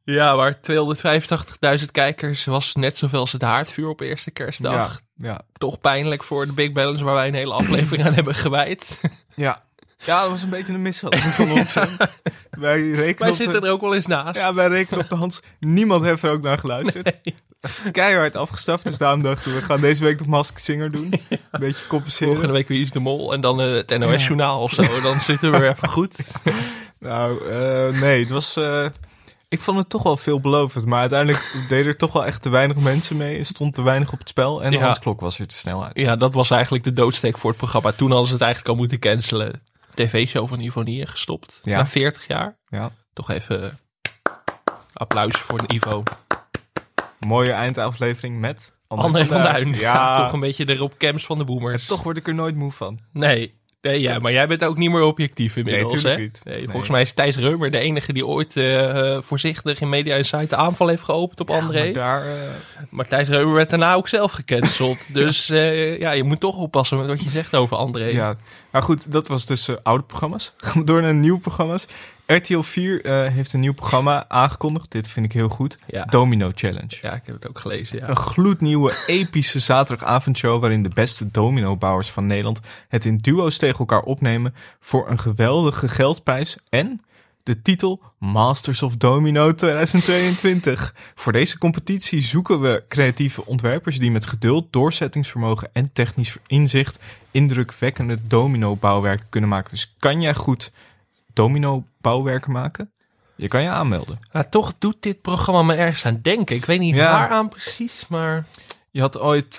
Speaker 4: Ja, maar 285.000 kijkers was net zoveel als het haardvuur op eerste kerstdag.
Speaker 3: Ja.
Speaker 4: Toch pijnlijk voor de Big Balance, waar wij een hele aflevering aan hebben gewijd.
Speaker 3: Ja, dat was een beetje een misvatting van ons. Hè. Wij
Speaker 4: zitten er ook wel eens naast.
Speaker 3: Ja, wij rekenen op de hand. Niemand heeft er ook naar geluisterd. Nee. Keihard afgestaft, dus daarom dachten we gaan deze week de Masked Singer doen. Een beetje compenseren.
Speaker 4: Volgende week Wie is de Mol en dan het NOS-journaal of zo. Dan zitten we weer even goed.
Speaker 3: Nou, nee, het was... ik vond het toch wel veelbelovend, maar uiteindelijk deden er toch wel echt te weinig mensen mee. Er stond te weinig op het spel en de handklok was er te snel uit.
Speaker 4: Ja, dat was eigenlijk de doodsteek voor het programma. Toen hadden ze het eigenlijk al moeten cancelen. TV-show van Ivo Nier gestopt.
Speaker 3: Ja.
Speaker 4: Na 40 jaar.
Speaker 3: Ja.
Speaker 4: Toch even applausje voor Ivo.
Speaker 3: Mooie eindaflevering met
Speaker 4: André van Duin.
Speaker 3: Ja.
Speaker 4: Toch een beetje de Rob Kemps van de boomers.
Speaker 3: En toch word ik er nooit moe van.
Speaker 4: Nee, ja, maar jij bent ook niet meer objectief inmiddels,
Speaker 3: nee,
Speaker 4: hè?
Speaker 3: niet.
Speaker 4: Nee, volgens mij is Thijs Reumer de enige die ooit voorzichtig in Media Insight de aanval heeft geopend op André. Maar Thijs Reumer werd daarna ook zelf gecanceld. Dus je moet toch oppassen met wat je zegt over André.
Speaker 3: Ja, nou goed, dat was dus oude programma's. Gaan we door naar nieuwe programma's. RTL 4 heeft een nieuw programma aangekondigd. Dit vind ik heel goed.
Speaker 4: Ja.
Speaker 3: Domino Challenge.
Speaker 4: Ja, ik heb het ook gelezen, ja.
Speaker 3: Een gloednieuwe, epische zaterdagavondshow waarin de beste dominobouwers van Nederland het in duo's tegen elkaar opnemen voor een geweldige geldprijs en de titel Masters of Domino 2022. Voor deze competitie zoeken we creatieve ontwerpers die met geduld, doorzettingsvermogen en technisch inzicht indrukwekkende domino-bouwwerken kunnen maken. Dus kan jij goed domino-bouwwerken maken? Je kan je aanmelden.
Speaker 4: Toch doet dit programma me ergens aan denken. Ik weet niet waaraan precies, maar...
Speaker 3: Je had ooit...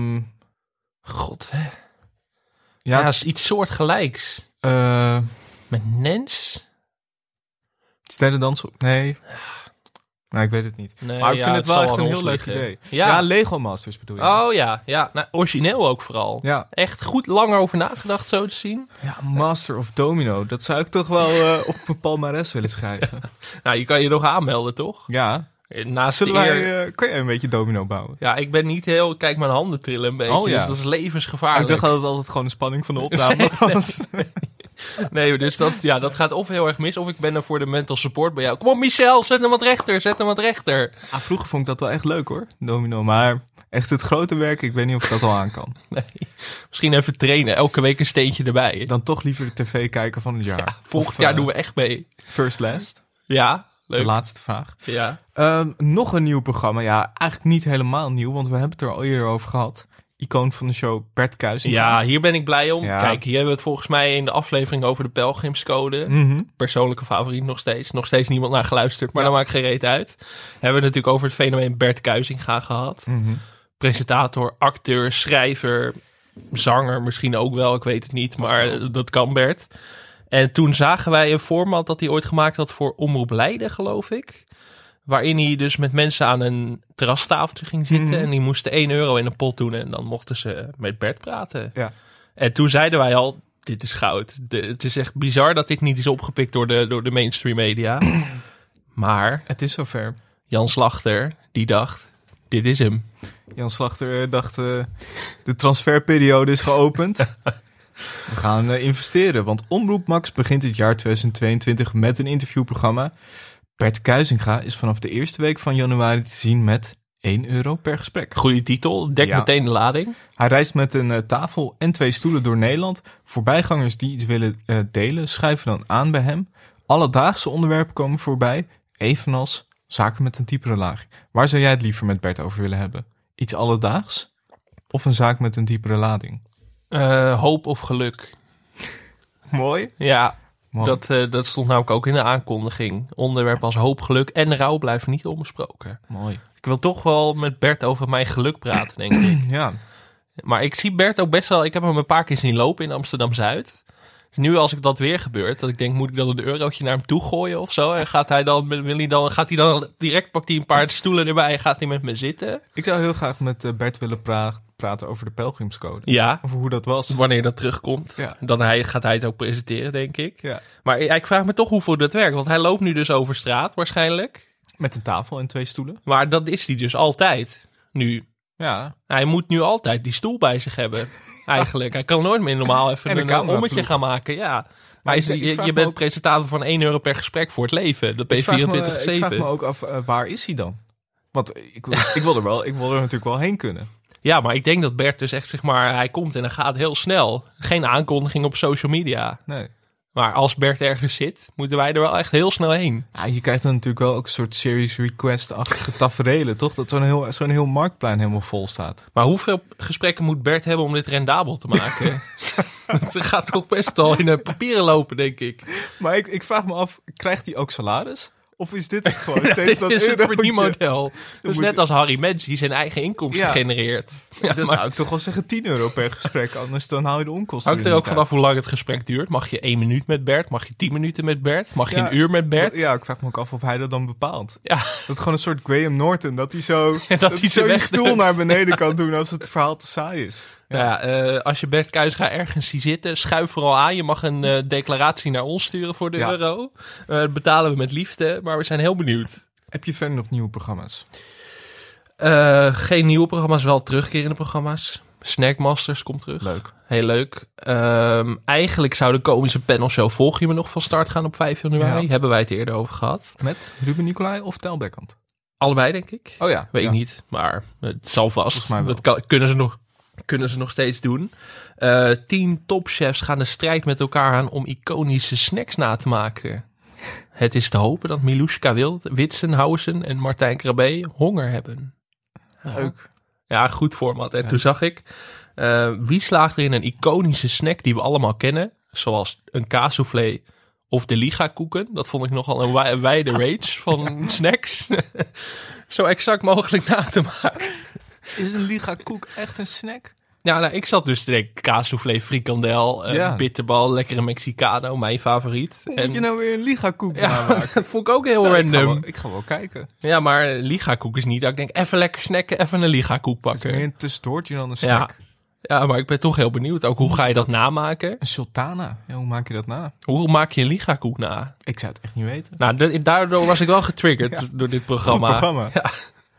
Speaker 4: God, hè? Ja, is iets soortgelijks. Met Nens?
Speaker 3: Sterrendansen? Nee. Nou, ik weet het niet.
Speaker 4: Nee,
Speaker 3: maar ik vind het wel echt een heel leuk
Speaker 4: liggen.
Speaker 3: idee.
Speaker 4: Ja.
Speaker 3: Ja, Lego Masters bedoel je.
Speaker 4: Oh ja. Nou, origineel ook vooral.
Speaker 3: Ja.
Speaker 4: Echt goed lang over nagedacht zo te zien.
Speaker 3: Ja, Master of Domino. Dat zou ik toch wel op mijn palmares willen schrijven.
Speaker 4: Nou, je kan je nog aanmelden, toch?
Speaker 3: Ja.
Speaker 4: Naast
Speaker 3: kan jij een beetje domino bouwen?
Speaker 4: Ja, ik ben niet heel... Kijk, mijn handen trillen een beetje. Dus dat is levensgevaarlijk.
Speaker 3: Ik dacht dat het altijd gewoon de spanning van de opname was.
Speaker 4: Nee, dus dat gaat of heel erg mis, of ik ben er voor de mental support bij jou. Kom op, Michel, zet hem wat rechter.
Speaker 3: Vroeger vond ik dat wel echt leuk hoor, domino. Maar echt het grote werk, ik weet niet of ik dat al aan kan.
Speaker 4: Nee, misschien even trainen, elke week een steentje erbij.
Speaker 3: Dan toch liever de tv kijken van het jaar.
Speaker 4: Ja, volgend jaar doen we echt mee.
Speaker 3: First Last.
Speaker 4: Ja, leuk.
Speaker 3: De laatste vraag.
Speaker 4: Ja.
Speaker 3: Nog een nieuw programma. Ja, eigenlijk niet helemaal nieuw, want we hebben het er al eerder over gehad. Icoon van de show, Bert Kuijzinga.
Speaker 4: Ja, hier ben ik blij om.
Speaker 3: Ja.
Speaker 4: Kijk, hier hebben we het volgens mij in de aflevering over de pelgrimscode. Persoonlijke favoriet nog steeds. Nog steeds niemand naar geluisterd, maar dan maakt geen reet uit. Hebben we het natuurlijk over het fenomeen Bert Kuijzinga gehad. Presentator, acteur, schrijver, zanger misschien ook wel. Ik weet het niet, maar dat kan Bert. En toen zagen wij een format dat hij ooit gemaakt had voor Omroep Leiden, geloof ik. Waarin hij dus met mensen aan een terrastafeltje ging zitten. En die moesten €1 in een pot doen. En dan mochten ze met Bert praten.
Speaker 3: Ja.
Speaker 4: En toen zeiden wij al, dit is goud. Het is echt bizar dat dit niet is opgepikt door de mainstream media. Maar
Speaker 3: Het is zover.
Speaker 4: Jan Slachter, die dacht, dit is hem.
Speaker 3: Jan Slachter dacht, de transferperiode is geopend. We gaan investeren, want Omroep Max begint dit jaar 2022 met een interviewprogramma. Bert Kuijzinga is vanaf de eerste week van januari te zien met €1 per gesprek.
Speaker 4: Goeie titel, dek meteen de lading.
Speaker 3: Hij reist met een tafel en 2 stoelen door Nederland. Voorbijgangers die iets willen delen, schuiven dan aan bij hem. Alledaagse onderwerpen komen voorbij, evenals zaken met een diepere laag. Waar zou jij het liever met Bert over willen hebben? Iets alledaags of een zaak met een diepere lading?
Speaker 4: Hoop of geluk.
Speaker 3: Mooi.
Speaker 4: Ja,
Speaker 3: Mooi.
Speaker 4: dat stond namelijk ook in de aankondiging. Onderwerpen als hoop, geluk en rouw blijven niet onbesproken.
Speaker 3: Mooi.
Speaker 4: Ik wil toch wel met Bert over mijn geluk praten, denk ik.
Speaker 3: Ja.
Speaker 4: Maar ik zie Bert ook best wel... Ik heb hem een paar keer zien lopen in Amsterdam-Zuid. Dus nu als ik dat weer gebeurt, dat ik denk, moet ik dan een eurotje naar hem toe gooien of zo? En gaat hij dan direct, pakt hij een paar stoelen erbij en gaat hij met me zitten?
Speaker 3: Ik zou heel graag met Bert willen praten over de pelgrimscode.
Speaker 4: Ja.
Speaker 3: Over hoe dat was.
Speaker 4: Wanneer dat terugkomt.
Speaker 3: Ja.
Speaker 4: Dan gaat hij het ook presenteren, denk ik.
Speaker 3: Ja.
Speaker 4: Maar ik vraag me toch hoe dat werkt. Want hij loopt nu dus over straat waarschijnlijk.
Speaker 3: Met een tafel en 2 stoelen.
Speaker 4: Maar dat is hij dus altijd. Nu.
Speaker 3: Ja.
Speaker 4: Hij moet nu altijd die stoel bij zich hebben. Eigenlijk. Hij kan nooit meer normaal even
Speaker 3: En een
Speaker 4: een
Speaker 3: cameraploeg.
Speaker 4: ommetje gaan maken. Ja. Maar
Speaker 3: Ik
Speaker 4: je
Speaker 3: vraag me
Speaker 4: bent
Speaker 3: ook-
Speaker 4: presentator van €1 per gesprek voor het leven. Dat ben je
Speaker 3: Ik vraag
Speaker 4: 24/7.
Speaker 3: me ook af, waar is hij dan? Want ik wil er natuurlijk wel heen kunnen.
Speaker 4: Ja, maar ik denk dat Bert dus echt, zeg maar, hij komt en hij gaat heel snel. Geen aankondiging op social media.
Speaker 3: Nee.
Speaker 4: Maar als Bert ergens zit, moeten wij er wel echt heel snel heen.
Speaker 3: Ja, je krijgt dan natuurlijk wel ook een soort series request-achtige taferelen, toch? Dat zo'n heel marktplein helemaal vol staat.
Speaker 4: Maar hoeveel gesprekken moet Bert hebben om dit rendabel te maken? Het gaat toch best wel in papieren lopen, denk ik.
Speaker 3: Maar ik vraag me af, krijgt hij ook salaris? Of is dit het gewoon steeds
Speaker 4: Dit
Speaker 3: dat
Speaker 4: is het
Speaker 3: eurotje?
Speaker 4: verdienmodel. Dus
Speaker 3: moet-
Speaker 4: net als Harry Mens, die zijn eigen inkomsten
Speaker 3: Ja.
Speaker 4: genereert. Ja,
Speaker 3: Dan
Speaker 4: maar
Speaker 3: zou ik toch wel zeggen €10 per gesprek, anders dan hou je de onkosten
Speaker 4: hangt er
Speaker 3: niet
Speaker 4: ook vanaf
Speaker 3: uit.
Speaker 4: hoe lang het gesprek duurt. Mag je 1 minuut met Bert? Mag je 10 minuten met Bert? Mag je
Speaker 3: Ja,
Speaker 4: een uur met Bert?
Speaker 3: Ja, ik vraag me ook af of hij dat dan bepaalt.
Speaker 4: Ja.
Speaker 3: Dat gewoon een soort Graham Norton, dat hij zo,
Speaker 4: hij
Speaker 3: dat
Speaker 4: ze
Speaker 3: hij zo je
Speaker 4: wegduwt.
Speaker 3: stoel naar beneden kan doen als het verhaal te saai is.
Speaker 4: Als je Bert Kuijsga ergens ziet zitten, schuif vooral aan. Je mag een declaratie naar ons sturen voor de
Speaker 3: Ja.
Speaker 4: euro. Dat betalen we met liefde, maar we zijn heel benieuwd.
Speaker 3: Heb je verder nog nieuwe programma's?
Speaker 4: Geen nieuwe programma's, wel terugkerende programma's. Snackmasters komt terug.
Speaker 3: Leuk.
Speaker 4: Heel leuk. Eigenlijk zou de komische panelshow Volg je me nog van start gaan op 5 januari.
Speaker 3: Ja.
Speaker 4: Hebben wij het eerder over gehad.
Speaker 3: Met Ruben Nicolai of Tel Beckhand?
Speaker 4: Allebei, denk ik.
Speaker 3: Oh ja.
Speaker 4: Weet
Speaker 3: ja.
Speaker 4: ik niet, maar het zal vast.
Speaker 3: Volgens mij wel.
Speaker 4: Dat kunnen ze nog steeds doen. 10 topchefs gaan de strijd met elkaar aan om iconische snacks na te maken. Het is te hopen dat Miluska Witsenhausen en Martijn Krabbe honger hebben.
Speaker 3: Leuk.
Speaker 4: Ja, goed format. En toen zag ik, wie slaagt er in een iconische snack die we allemaal kennen, zoals een kaassoufflé of de Liga-koeken. Dat vond ik nogal een wijde range van snacks. Zo exact mogelijk na te maken.
Speaker 3: Is een Liga koek echt een snack?
Speaker 4: Ja, nou, ik zat dus te denken, kaassoufflé, frikandel,
Speaker 3: Ja.
Speaker 4: bitterbal, lekkere Mexicano, mijn favoriet.
Speaker 3: Hoe moet je nou weer een Liga koek
Speaker 4: ja,
Speaker 3: namaken?
Speaker 4: dat vond ik ook heel random.
Speaker 3: Ik ga wel kijken.
Speaker 4: Ja, maar Liga-koek is niet dat ik denk, even lekker snacken, even een Liga-koek
Speaker 3: Het is meer
Speaker 4: pakken.
Speaker 3: een tussendoortje dan een
Speaker 4: Ja.
Speaker 3: snack.
Speaker 4: Ja, maar ik ben toch heel benieuwd. Ook hoe ga je dat namaken?
Speaker 3: Een sultana. Ja, hoe maak je dat na?
Speaker 4: Hoe maak je een Liga-koek na?
Speaker 3: Ik zou het echt niet weten.
Speaker 4: Nou, daardoor was ik wel getriggerd door dit programma.
Speaker 3: Goed programma.
Speaker 4: Ja.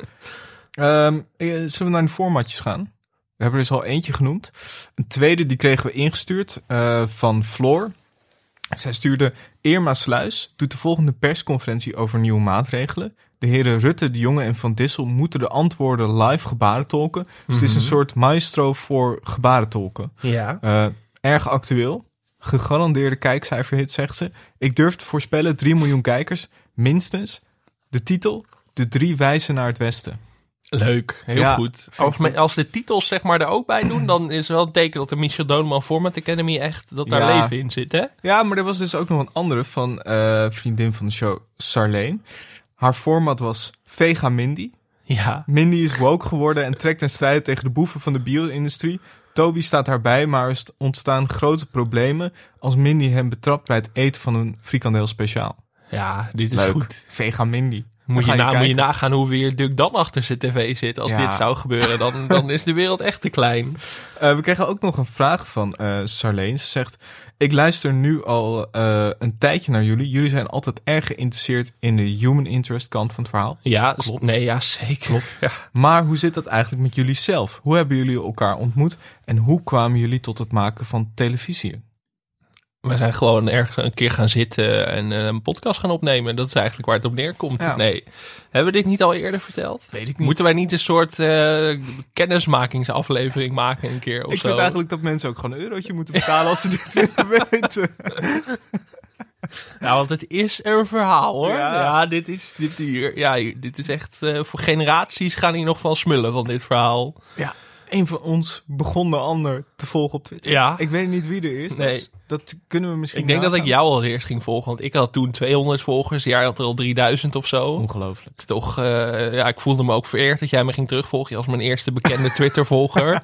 Speaker 3: Zullen we naar de formatjes gaan? We hebben er dus al eentje genoemd. Een tweede, die kregen we ingestuurd van Floor. Zij stuurde: Irma Sluis doet de volgende persconferentie over nieuwe maatregelen. De heren Rutte, De Jonge en Van Dissel moeten de antwoorden live gebarentolken. Dus het is een soort maestro voor gebarentolken.
Speaker 4: Ja.
Speaker 3: Erg actueel. Gegarandeerde kijkcijferhit, zegt ze. Ik durf te voorspellen 3 miljoen kijkers, minstens. De titel: De 3 wijzen naar het westen.
Speaker 4: Leuk, heel
Speaker 3: Ja,
Speaker 4: goed.
Speaker 3: vind ik goed.
Speaker 4: Als de titels zeg maar er ook bij doen, dan is wel een teken dat de Michel Doneman Format Academy echt, dat daar
Speaker 3: Ja.
Speaker 4: leven in zit, hè?
Speaker 3: Ja, maar er was dus ook nog een andere van vriendin van de show, Sarleen. Haar format was Vega Mindy.
Speaker 4: Ja.
Speaker 3: Mindy is woke geworden en trekt een strijd tegen de boeven van de bio-industrie. Toby staat haar bij, maar er ontstaan grote problemen als Mindy hem betrapt bij het eten van een frikandel speciaal.
Speaker 4: Ja, dit is
Speaker 3: Leuk.
Speaker 4: goed.
Speaker 3: Vega Mindy.
Speaker 4: Moet je,
Speaker 3: Dan ga
Speaker 4: moet je
Speaker 3: kijken.
Speaker 4: nagaan hoe weer Duck dan achter zijn tv zit. Als
Speaker 3: Ja.
Speaker 4: dit zou gebeuren, dan is de wereld echt te klein.
Speaker 3: We kregen ook nog een vraag van Sarleen. Ze zegt: ik luister nu al een tijdje naar jullie. Jullie zijn altijd erg geïnteresseerd in de human interest kant van het verhaal.
Speaker 4: Ja,
Speaker 3: Klopt.
Speaker 4: Nee, ja, zeker. Ja.
Speaker 3: Maar hoe zit dat eigenlijk met jullie zelf? Hoe hebben jullie elkaar ontmoet? En hoe kwamen jullie tot het maken van televisie?
Speaker 4: We zijn gewoon ergens een keer gaan zitten en een podcast gaan opnemen. Dat is eigenlijk waar het op neerkomt.
Speaker 3: Ja.
Speaker 4: Nee. Hebben we dit niet al eerder verteld?
Speaker 3: Weet ik niet.
Speaker 4: Moeten wij niet een soort kennismakingsaflevering maken een keer of
Speaker 3: Ik
Speaker 4: zo?
Speaker 3: vind eigenlijk dat mensen ook gewoon een eurotje moeten betalen als ze dit willen weten.
Speaker 4: Ja, want het is een verhaal hoor.
Speaker 3: Ja.
Speaker 4: Ja, dit is echt voor generaties gaan hier nog van smullen van dit verhaal.
Speaker 3: Ja, een van ons begon de ander te volgen op Twitter.
Speaker 4: Ja.
Speaker 3: Ik weet niet wie er is.
Speaker 4: Nee.
Speaker 3: Dus dat kunnen we misschien
Speaker 4: Ik denk dat ik
Speaker 3: nagaan.
Speaker 4: jou al eerst ging volgen, want ik had toen 200 volgers. Jij had er al 3000 of zo.
Speaker 3: Ongelooflijk.
Speaker 4: Het is toch, ik voelde me ook vereerd dat jij me ging terugvolgen als mijn eerste bekende Twitter-volger.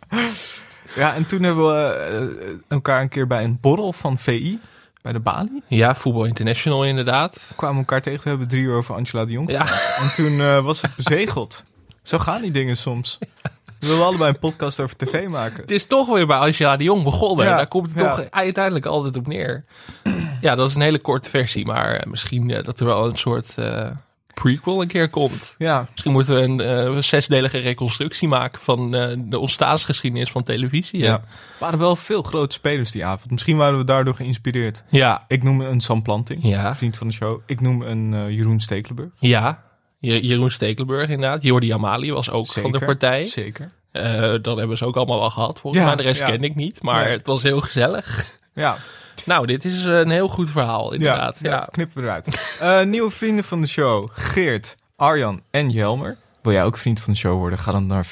Speaker 3: Ja, en toen hebben we elkaar een keer bij een borrel van VI, bij de Bali,
Speaker 4: Ja, Voetbal International inderdaad.
Speaker 3: kwamen we elkaar tegen. We hebben 3 uur over Angela de Jong.
Speaker 4: Ja.
Speaker 3: En toen was het bezegeld. Zo gaan die dingen soms. We willen allebei een podcast over tv maken.
Speaker 4: Het is toch weer bij Angela de Jong begonnen.
Speaker 3: Ja,
Speaker 4: Daar komt het
Speaker 3: ja.
Speaker 4: toch uiteindelijk altijd op neer. Ja, dat is een hele korte versie, maar misschien dat er wel een soort prequel een keer komt.
Speaker 3: Ja,
Speaker 4: Misschien moeten we een 6-delige reconstructie maken van de ontstaansgeschiedenis van televisie.
Speaker 3: ja. Er waren wel veel grote spelers die avond. Misschien waren we daardoor geïnspireerd.
Speaker 4: Ja.
Speaker 3: Ik noem een Sam Planting,
Speaker 4: Ja.
Speaker 3: vriend van de show. Ik noem een Jeroen Stekelenburg.
Speaker 4: Ja. Jeroen Stekelenburg inderdaad. Jordi Amali was ook van de partij.
Speaker 3: Zeker.
Speaker 4: Dat hebben ze ook allemaal wel gehad. Volgens mij de rest ken ik niet. Maar
Speaker 3: Nee.
Speaker 4: het was heel gezellig.
Speaker 3: Ja,
Speaker 4: Nou, dit is een heel goed verhaal inderdaad. Ja.
Speaker 3: knippen we eruit. Nieuwe vrienden van de show. Geert, Arjan en Jelmer. Wil jij ook vriend van de show worden? Ga dan naar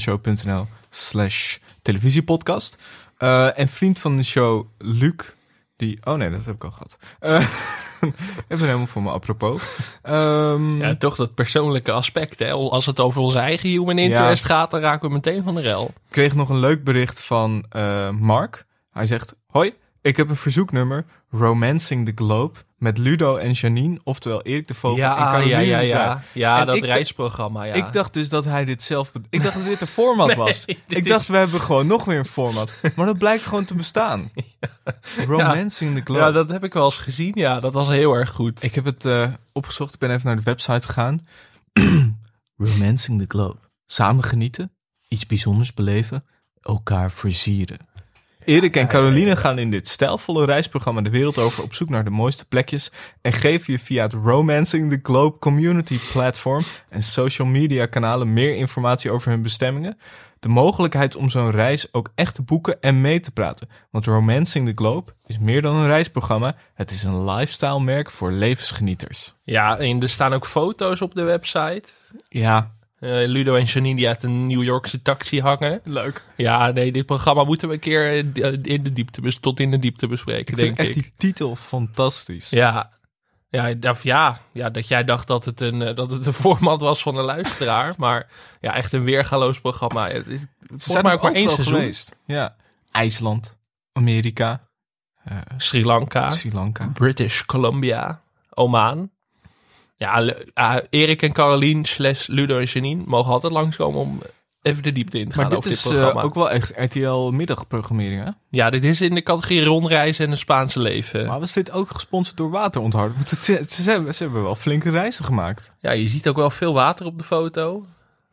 Speaker 3: vriendvandeshow.nl/televisiepodcast. En vriend van de show, Luc. Oh nee, dat heb ik al gehad. Even helemaal voor me apropos.
Speaker 4: Ja, toch dat persoonlijke aspect. Hè? Als het over onze eigen human interest gaat, dan raken we meteen van de rel.
Speaker 3: Ik kreeg nog een leuk bericht van Mark. Hij zegt, hoi, ik heb een verzoeknummer. Romancing the Globe. Met Ludo en Janine, oftewel Erik de Vogel en Caroline de Bruin.
Speaker 4: Ja,
Speaker 3: En
Speaker 4: dat
Speaker 3: ik
Speaker 4: reisprogramma, ja.
Speaker 3: Ik dacht dus dat hij dit zelf... Ik dacht dat dit een format was. Ik dacht, we hebben gewoon nog weer een format. Maar dat blijkt gewoon te bestaan. Romancing the Globe.
Speaker 4: Ja, dat heb ik wel eens gezien. Ja, dat was heel erg goed.
Speaker 3: Ik heb het opgezocht. Ik ben even naar de website gegaan. Romancing the Globe. Samen genieten. Iets bijzonders beleven. Elkaar versieren. Erik en Caroline gaan in dit stijlvolle reisprogramma de wereld over op zoek naar de mooiste plekjes en geven je via het Romancing the Globe community platform en social media kanalen meer informatie over hun bestemmingen. De mogelijkheid om zo'n reis ook echt te boeken en mee te praten. Want Romancing the Globe is meer dan een reisprogramma. Het is een lifestyle merk voor levensgenieters.
Speaker 4: Ja, en er staan ook foto's op de website.
Speaker 3: Ja,
Speaker 4: Ludo en Janine die uit een New Yorkse taxi hangen.
Speaker 3: leuk.
Speaker 4: Ja, nee, dit programma moeten we een keer tot in de diepte bespreken,
Speaker 3: Ik
Speaker 4: denk
Speaker 3: vind echt
Speaker 4: ik.
Speaker 3: die titel fantastisch.
Speaker 4: Ja. Dat jij dacht dat het een format was van een luisteraar. Maar ja, echt een weergaloos programma. Het is
Speaker 3: Ze
Speaker 4: volgens
Speaker 3: zijn
Speaker 4: mij
Speaker 3: ook
Speaker 4: ook maar één
Speaker 3: overal
Speaker 4: seizoen.
Speaker 3: geweest. Ja. IJsland, Amerika,
Speaker 4: Sri Lanka,
Speaker 3: Sri Lanka.
Speaker 4: British Columbia, Oman. Ja, Erik en Caroline / Ludo en Janine mogen altijd langskomen om even de diepte in te gaan
Speaker 3: Maar dit
Speaker 4: over dit
Speaker 3: is
Speaker 4: programma.
Speaker 3: ook wel echt RTL middagprogrammering, hè?
Speaker 4: Ja, dit is in de categorie rondreizen en het Spaanse leven.
Speaker 3: Maar was dit ook gesponsord door Wateronthoud? Want ze hebben wel flinke reizen gemaakt.
Speaker 4: Ja, je ziet ook wel veel water op de foto.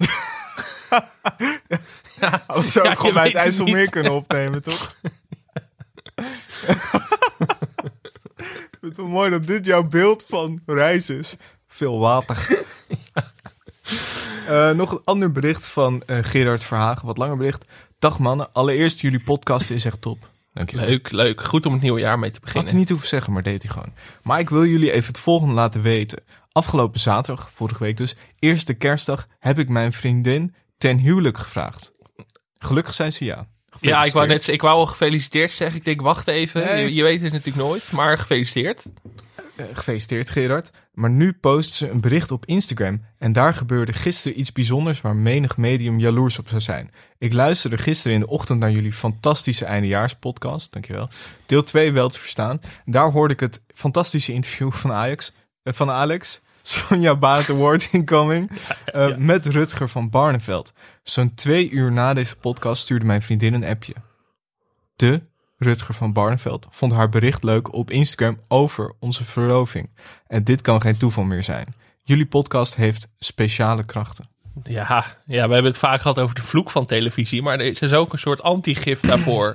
Speaker 3: We zouden
Speaker 4: Ja,
Speaker 3: gewoon
Speaker 4: je
Speaker 3: bij het
Speaker 4: weet het
Speaker 3: IJsselmeer
Speaker 4: niet.
Speaker 3: kunnen opnemen, toch? Ik vind het wel mooi dat dit jouw beeld van reizen is. Veel water. Nog een ander bericht van Gerard Verhagen. Wat langer bericht. Dag mannen, allereerst jullie podcast is echt top. Dankjewel.
Speaker 4: Leuk. Goed om het nieuwe jaar mee te
Speaker 3: Had
Speaker 4: beginnen.
Speaker 3: hij niet hoeven zeggen, maar deed hij gewoon. Maar ik wil jullie even het volgende laten weten. Afgelopen zaterdag, vorige week dus, eerste kerstdag, heb ik mijn vriendin ten huwelijk gevraagd. Gelukkig zei ze ja.
Speaker 4: Ja, ik wou al gefeliciteerd zeggen. Ik denk, wacht even.
Speaker 3: Nee.
Speaker 4: Je weet het natuurlijk nooit, maar gefeliciteerd.
Speaker 3: Gefeliciteerd Gerard. Maar nu post ze een bericht op Instagram. En daar gebeurde gisteren iets bijzonders waar menig medium jaloers op zou zijn. Ik luisterde gisteren in de ochtend naar jullie fantastische eindejaarspodcast. Dankjewel. Deel 2 wel te verstaan. Daar hoorde ik het fantastische interview van Alex. Sonja Baat Award incoming. Met Rutger van Barneveld. Zo'n 2 uur na deze podcast stuurde mijn vriendin een appje. Rutger van Barneveld vond haar bericht leuk op Instagram over onze verloving. En dit kan geen toeval meer zijn. Jullie podcast heeft speciale krachten.
Speaker 4: Ja, we hebben het vaak gehad over de vloek van televisie. Maar er is ook een soort antigif daarvoor.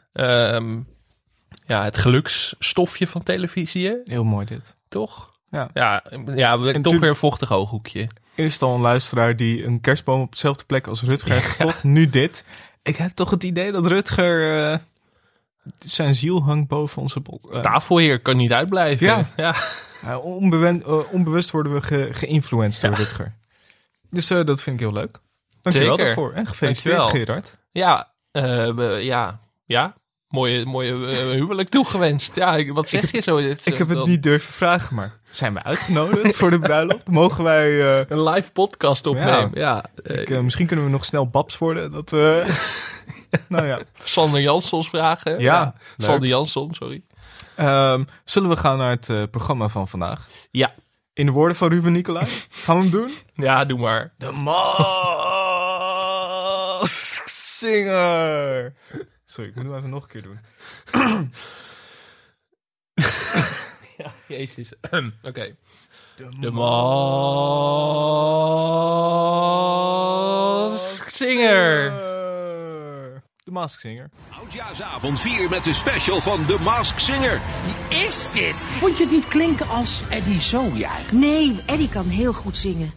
Speaker 4: Het geluksstofje van televisie,
Speaker 3: Heel mooi dit.
Speaker 4: toch?
Speaker 3: Ja.
Speaker 4: Ja,
Speaker 3: En
Speaker 4: toch weer een vochtig ooghoekje.
Speaker 3: Eerst al een luisteraar die een kerstboom op dezelfde plek als Rutger heeft gekocht. Nu dit. Ik heb toch het idee dat Rutger... zijn ziel hangt boven onze
Speaker 4: Tafelheer kan niet uitblijven.
Speaker 3: Ja. Onbewust worden we geïnfluenced door Rutger. Dus dat vind ik heel leuk. Dankjewel
Speaker 4: Zeker.
Speaker 3: daarvoor. En gefeliciteerd
Speaker 4: Dankjewel.
Speaker 3: Gerard.
Speaker 4: Ja. Mooie huwelijk toegewenst. Ja, wat zeg je zo?
Speaker 3: Ik heb het niet durven vragen, maar zijn we uitgenodigd voor de bruiloft? Mogen wij...
Speaker 4: Een live podcast opnemen. Ja.
Speaker 3: misschien kunnen we nog snel babs worden. Dat, nou ja.
Speaker 4: Sander Janssons vragen.
Speaker 3: Ja, leuk.
Speaker 4: Sander Jansson, sorry.
Speaker 3: Zullen we gaan naar het programma van vandaag?
Speaker 4: Ja.
Speaker 3: In de woorden van Ruben Nicolai. Gaan we hem doen?
Speaker 4: Ja, doe maar.
Speaker 3: De Masked Singer. Sorry, ik moet hem even nog een keer doen.
Speaker 4: Ja, jezus. Oké. De Masked Singer.
Speaker 3: De Masked Singer.
Speaker 6: Oudjaarsavond 4 met de special van The Masked Singer.
Speaker 7: Wie is dit? Vond je het niet klinken als Eddie Zojaar?
Speaker 8: Nee, Eddie kan heel goed zingen.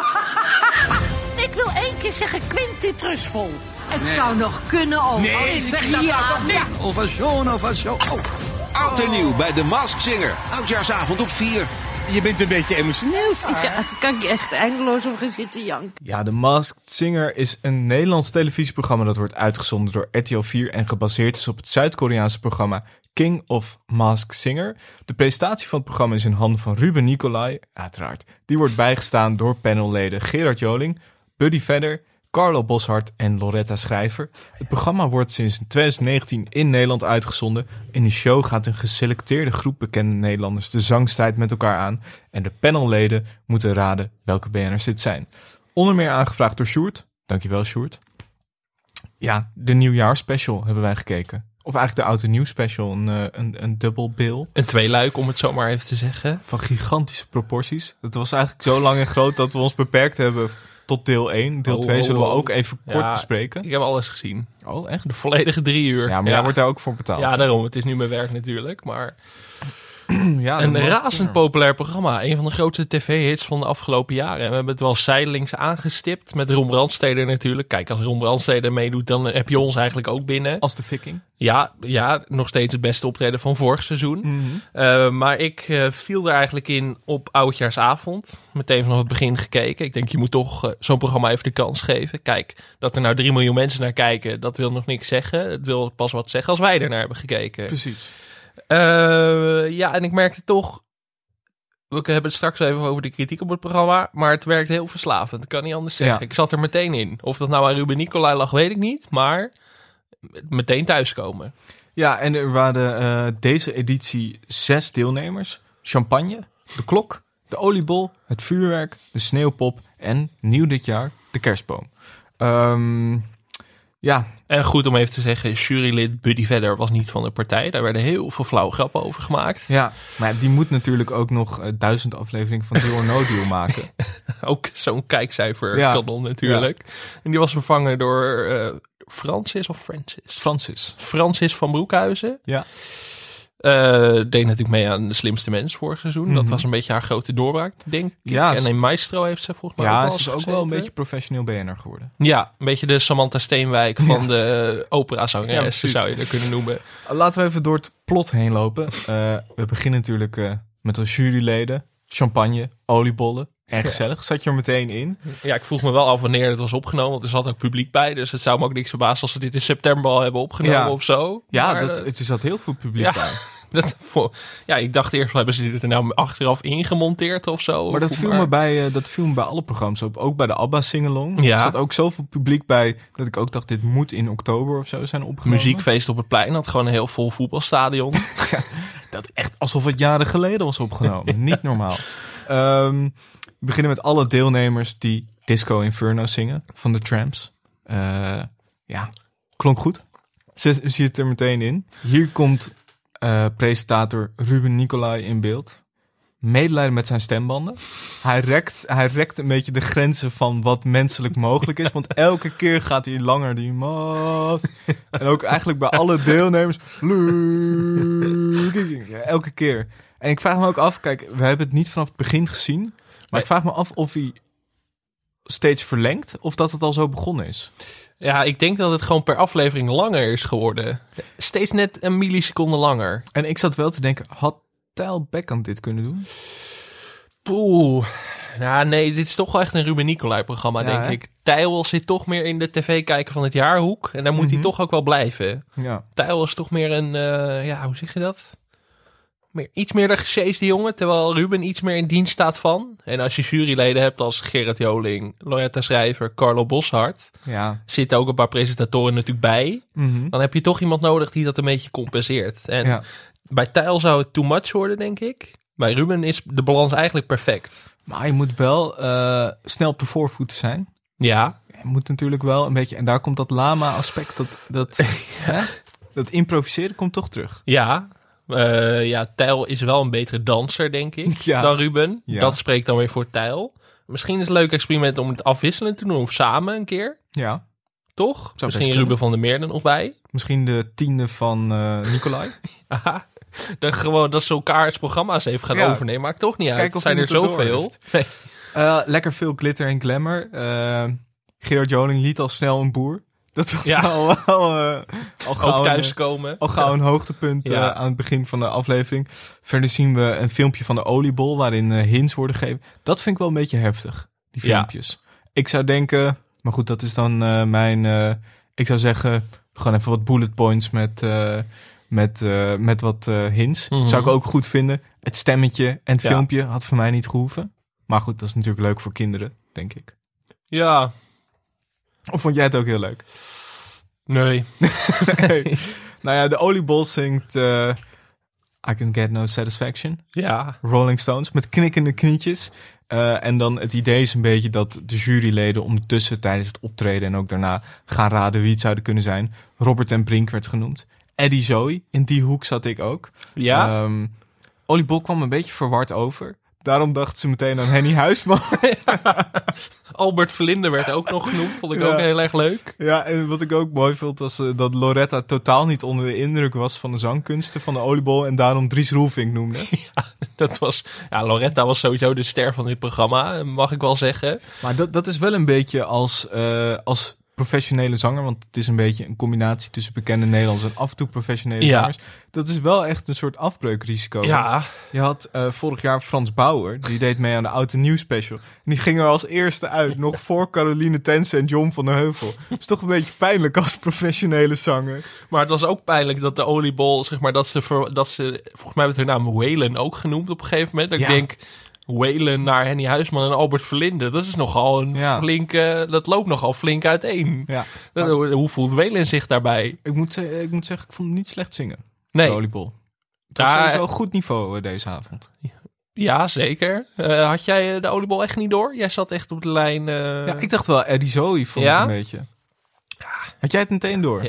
Speaker 7: Ik wil 1 keer zeggen Quinty Trusvol.
Speaker 8: Het zou nog kunnen ook.
Speaker 7: Nee, zeg dat nou toch niet. Of zo. Oh.
Speaker 6: Oud en nieuw bij The Masked Singer. Oudjaarsavond op 4.
Speaker 7: Je bent een beetje emotioneel, Saar.
Speaker 8: Ja, daar kan ik echt eindeloos om gaan zitten janken.
Speaker 3: Ja, The Masked Singer is een Nederlands televisieprogramma dat wordt uitgezonden door RTL 4 en gebaseerd is op het Zuid-Koreaanse programma King of Masked Singer. De presentatie van het programma is in handen van Ruben Nicolai, uiteraard. Die wordt bijgestaan door panelleden Gerard Joling, Buddy Vedder, Carlo Boszhard en Loretta Schrijver. Het programma wordt sinds 2019 in Nederland uitgezonden. In de show gaat een geselecteerde groep bekende Nederlanders de zangstijd met elkaar aan. En de panelleden moeten raden welke BN'ers dit zijn. Onder meer aangevraagd door Sjoerd. Dankjewel Sjoerd. Ja, de nieuwjaarsspecial hebben wij gekeken. Of eigenlijk de oud en nieuw special, een dubbel bill.
Speaker 4: Een tweeluik, om het zo maar even te zeggen.
Speaker 3: Van gigantische proporties. Het was eigenlijk zo lang en groot dat we ons beperkt hebben tot deel 1. Deel 2 zullen we ook even kort bespreken.
Speaker 4: Ik heb alles gezien.
Speaker 3: Oh, echt?
Speaker 4: De volledige 3 uur.
Speaker 3: Ja, maar jij wordt daar ook voor betaald.
Speaker 4: Ja, daarom. Het is nu mijn werk natuurlijk. Maar
Speaker 3: Ja,
Speaker 4: een razend populair programma. Een van de grootste tv-hits van de afgelopen jaren. En we hebben het wel zijdelings aangestipt. Met Ron Brandsteder natuurlijk. Kijk, als Ron Brandsteder meedoet, dan heb je ons eigenlijk ook binnen.
Speaker 3: Als de Viking.
Speaker 4: Ja, nog steeds het beste optreden van vorig seizoen. Maar ik viel er eigenlijk in op Oudjaarsavond. Meteen vanaf het begin gekeken. Ik denk, je moet toch zo'n programma even de kans geven. Kijk, dat er nou 3 miljoen mensen naar kijken, dat wil nog niks zeggen. Het wil pas wat zeggen als wij ernaar hebben gekeken.
Speaker 3: Precies.
Speaker 4: Ja, en ik merkte toch, we hebben het straks even over de kritiek op het programma, maar het werkt heel verslavend. Ik kan niet anders zeggen.
Speaker 3: Ja.
Speaker 4: Ik zat er meteen in. Of dat nou aan Ruben Nicolai lag, weet ik niet, maar meteen thuiskomen.
Speaker 3: Ja, en er waren deze editie 6 deelnemers. Champagne, de klok, de oliebol, het vuurwerk, de sneeuwpop en, nieuw dit jaar, de kerstboom. Ja.
Speaker 4: En goed om even te zeggen, jurylid Buddy Vedder was niet van de partij. Daar werden heel veel flauwe grappen over gemaakt.
Speaker 3: Ja, maar die moet natuurlijk ook nog 1000 afleveringen van Deal or No Deal maken.
Speaker 4: Ook zo'n kijkcijfer-kanon natuurlijk. Ja. En die was vervangen door Francis van Broekhuizen.
Speaker 3: Ja.
Speaker 4: Deed natuurlijk mee aan De Slimste Mens vorig seizoen. Dat was een beetje haar grote doorbraak, denk ik. Ja, en in Maestro heeft ze volgens mij ook wel
Speaker 3: ze is ook wel een beetje professioneel BN'er geworden.
Speaker 4: Ja, een beetje de Samantha Steenwijk van de operazangeres, zou je dat kunnen noemen.
Speaker 3: Laten we even door het plot heen lopen. We beginnen natuurlijk met de juryleden. Champagne, oliebollen. Erg gezellig. Zat je er meteen in?
Speaker 4: Ja, ik vroeg me wel af wanneer het was opgenomen. Want er zat ook publiek bij. Dus het zou me ook niks verbazen als ze dit in september al hebben opgenomen of zo.
Speaker 3: Ja, maar er zat heel veel publiek bij.
Speaker 4: Ik dacht eerst, hebben ze dit er nou achteraf ingemonteerd of zo?
Speaker 3: Maar dat viel me bij alle programma's op. Ook bij de ABBA Singalong. Er zat ook zoveel publiek bij dat ik ook dacht, dit moet in oktober of zo zijn opgenomen.
Speaker 4: Muziekfeest op het plein had gewoon een heel vol voetbalstadion.
Speaker 3: Dat echt alsof het jaren geleden was opgenomen. Niet normaal. We beginnen met alle deelnemers die Disco Inferno zingen van de Tramps. Klonk goed. Zit er meteen in. Hier komt presentator Ruben Nicolai in beeld. Medelijden met zijn stembanden. Hij rekt een beetje de grenzen van wat menselijk mogelijk is. Want elke keer gaat hij langer die maas. En ook eigenlijk bij alle deelnemers. Elke keer. En ik vraag me ook af, kijk, we hebben het niet vanaf het begin gezien. Maar ik vraag me af of hij steeds verlengt of dat het al zo begonnen is.
Speaker 4: Ja, ik denk dat het gewoon per aflevering langer is geworden. Steeds net een milliseconde langer.
Speaker 3: En ik zat wel te denken, had Tijl Bekkant dit kunnen doen?
Speaker 4: Poeh. Nou, nee, dit is toch wel echt een Ruben Nicolai programma, denk ik. Tijl zit toch meer in de tv-kijken van het jaarhoek. En daar moet hij toch ook wel blijven.
Speaker 3: Ja.
Speaker 4: Tijl is toch meer een, hoe zeg je dat? Iets meer de gesjeesde jongen, terwijl Ruben iets meer in dienst staat van. En als je juryleden hebt als Gerard Joling, Loretta Schrijver, Carlo Boszhard, zitten ook een paar presentatoren natuurlijk bij. Dan heb je toch iemand nodig die dat een beetje compenseert. En bij Tijl zou het too much worden, denk ik. Bij Ruben is de balans eigenlijk perfect.
Speaker 3: Maar je moet wel snel op de voorvoeten zijn.
Speaker 4: Ja.
Speaker 3: Je moet natuurlijk wel een beetje, en daar komt dat lama-aspect, dat improviseren komt toch terug.
Speaker 4: Ja. Tijl is wel een betere danser, denk ik, dan Ruben.
Speaker 3: Ja.
Speaker 4: Dat spreekt dan weer voor Tijl. Misschien is het een leuk experiment om het afwisselend te doen. Of samen een keer,
Speaker 3: Ja.
Speaker 4: toch?
Speaker 3: best
Speaker 4: Misschien Ruben van der Meer er nog bij.
Speaker 3: Misschien de 10e van Nicolai.
Speaker 4: Aha. Gewoon dat ze elkaars programma's even gaan overnemen. Maakt toch niet uit.
Speaker 3: Kijk of
Speaker 4: zijn er
Speaker 3: iemand het
Speaker 4: zoveel.
Speaker 3: Nee. Lekker veel glitter en glamour. Gerard Joling liet al snel een boer. Dat was al gauw
Speaker 4: ook thuiskomen.
Speaker 3: Al gauw een hoogtepunt aan het begin van de aflevering. Verder zien we een filmpje van de oliebol waarin hints worden gegeven. Dat vind ik wel een beetje heftig, die filmpjes. Ik zou denken, maar goed, dat is dan ik zou zeggen, gewoon even wat bullet points met wat hints. Zou ik ook goed vinden. Het stemmetje en het filmpje had voor mij niet gehoeven. Maar goed, dat is natuurlijk leuk voor kinderen, denk ik.
Speaker 4: Ja.
Speaker 3: Of vond jij het ook heel leuk?
Speaker 4: Nee.
Speaker 3: Nee. Nou ja, de oliebol zingt I Can Get No Satisfaction.
Speaker 4: Ja.
Speaker 3: Rolling Stones met knikkende knietjes. En dan het idee is een beetje dat de juryleden ondertussen tijdens het optreden en ook daarna gaan raden wie het zouden kunnen zijn. Robert en Brink werd genoemd. Eddie Zoe, in die hoek zat ik ook.
Speaker 4: Ja.
Speaker 3: Oliebol kwam een beetje verward over. Daarom dachten ze meteen aan Henny Huisman.
Speaker 4: Albert Verlinde werd ook nog genoemd. Vond ik ook heel erg leuk.
Speaker 3: Ja, en wat ik ook mooi vond was dat Loretta totaal niet onder de indruk was van de zangkunsten van de oliebol. En daarom Dries Roelvink noemde.
Speaker 4: Ja, dat was... Ja, Loretta was sowieso de ster van dit programma, mag ik wel zeggen.
Speaker 3: Maar dat is wel een beetje als professionele zanger. Want het is een beetje een combinatie tussen bekende Nederlanders en af en toe professionele zangers. Dat is wel echt een soort afbreukrisico.
Speaker 4: Ja.
Speaker 3: Je had vorig jaar Frans Bauer. Die deed mee aan de Oud en Nieuw special. En die ging er als eerste uit. Nog voor Caroline Tense en John van der Heuvel. Dat is toch een beetje pijnlijk als professionele zanger.
Speaker 4: Maar het was ook pijnlijk dat de oliebol, zeg maar, dat ze volgens mij werd haar naam Waylon ook genoemd op een gegeven moment. Dat ik denk, Waylon naar Henny Huisman en Albert Verlinde, dat is nogal een flinke, dat loopt nogal flink uiteen. Ja. Hoe voelt Waylon zich daarbij?
Speaker 3: Ik moet zeggen, ik vond hem niet slecht zingen.
Speaker 4: Nee.
Speaker 3: De oliebol. Het was sowieso goed niveau deze avond.
Speaker 4: Ja, zeker. Had jij de oliebol echt niet door? Jij zat echt op de lijn...
Speaker 3: Ja, ik dacht wel Eddie Zoe vond ik een beetje. Had jij het meteen door?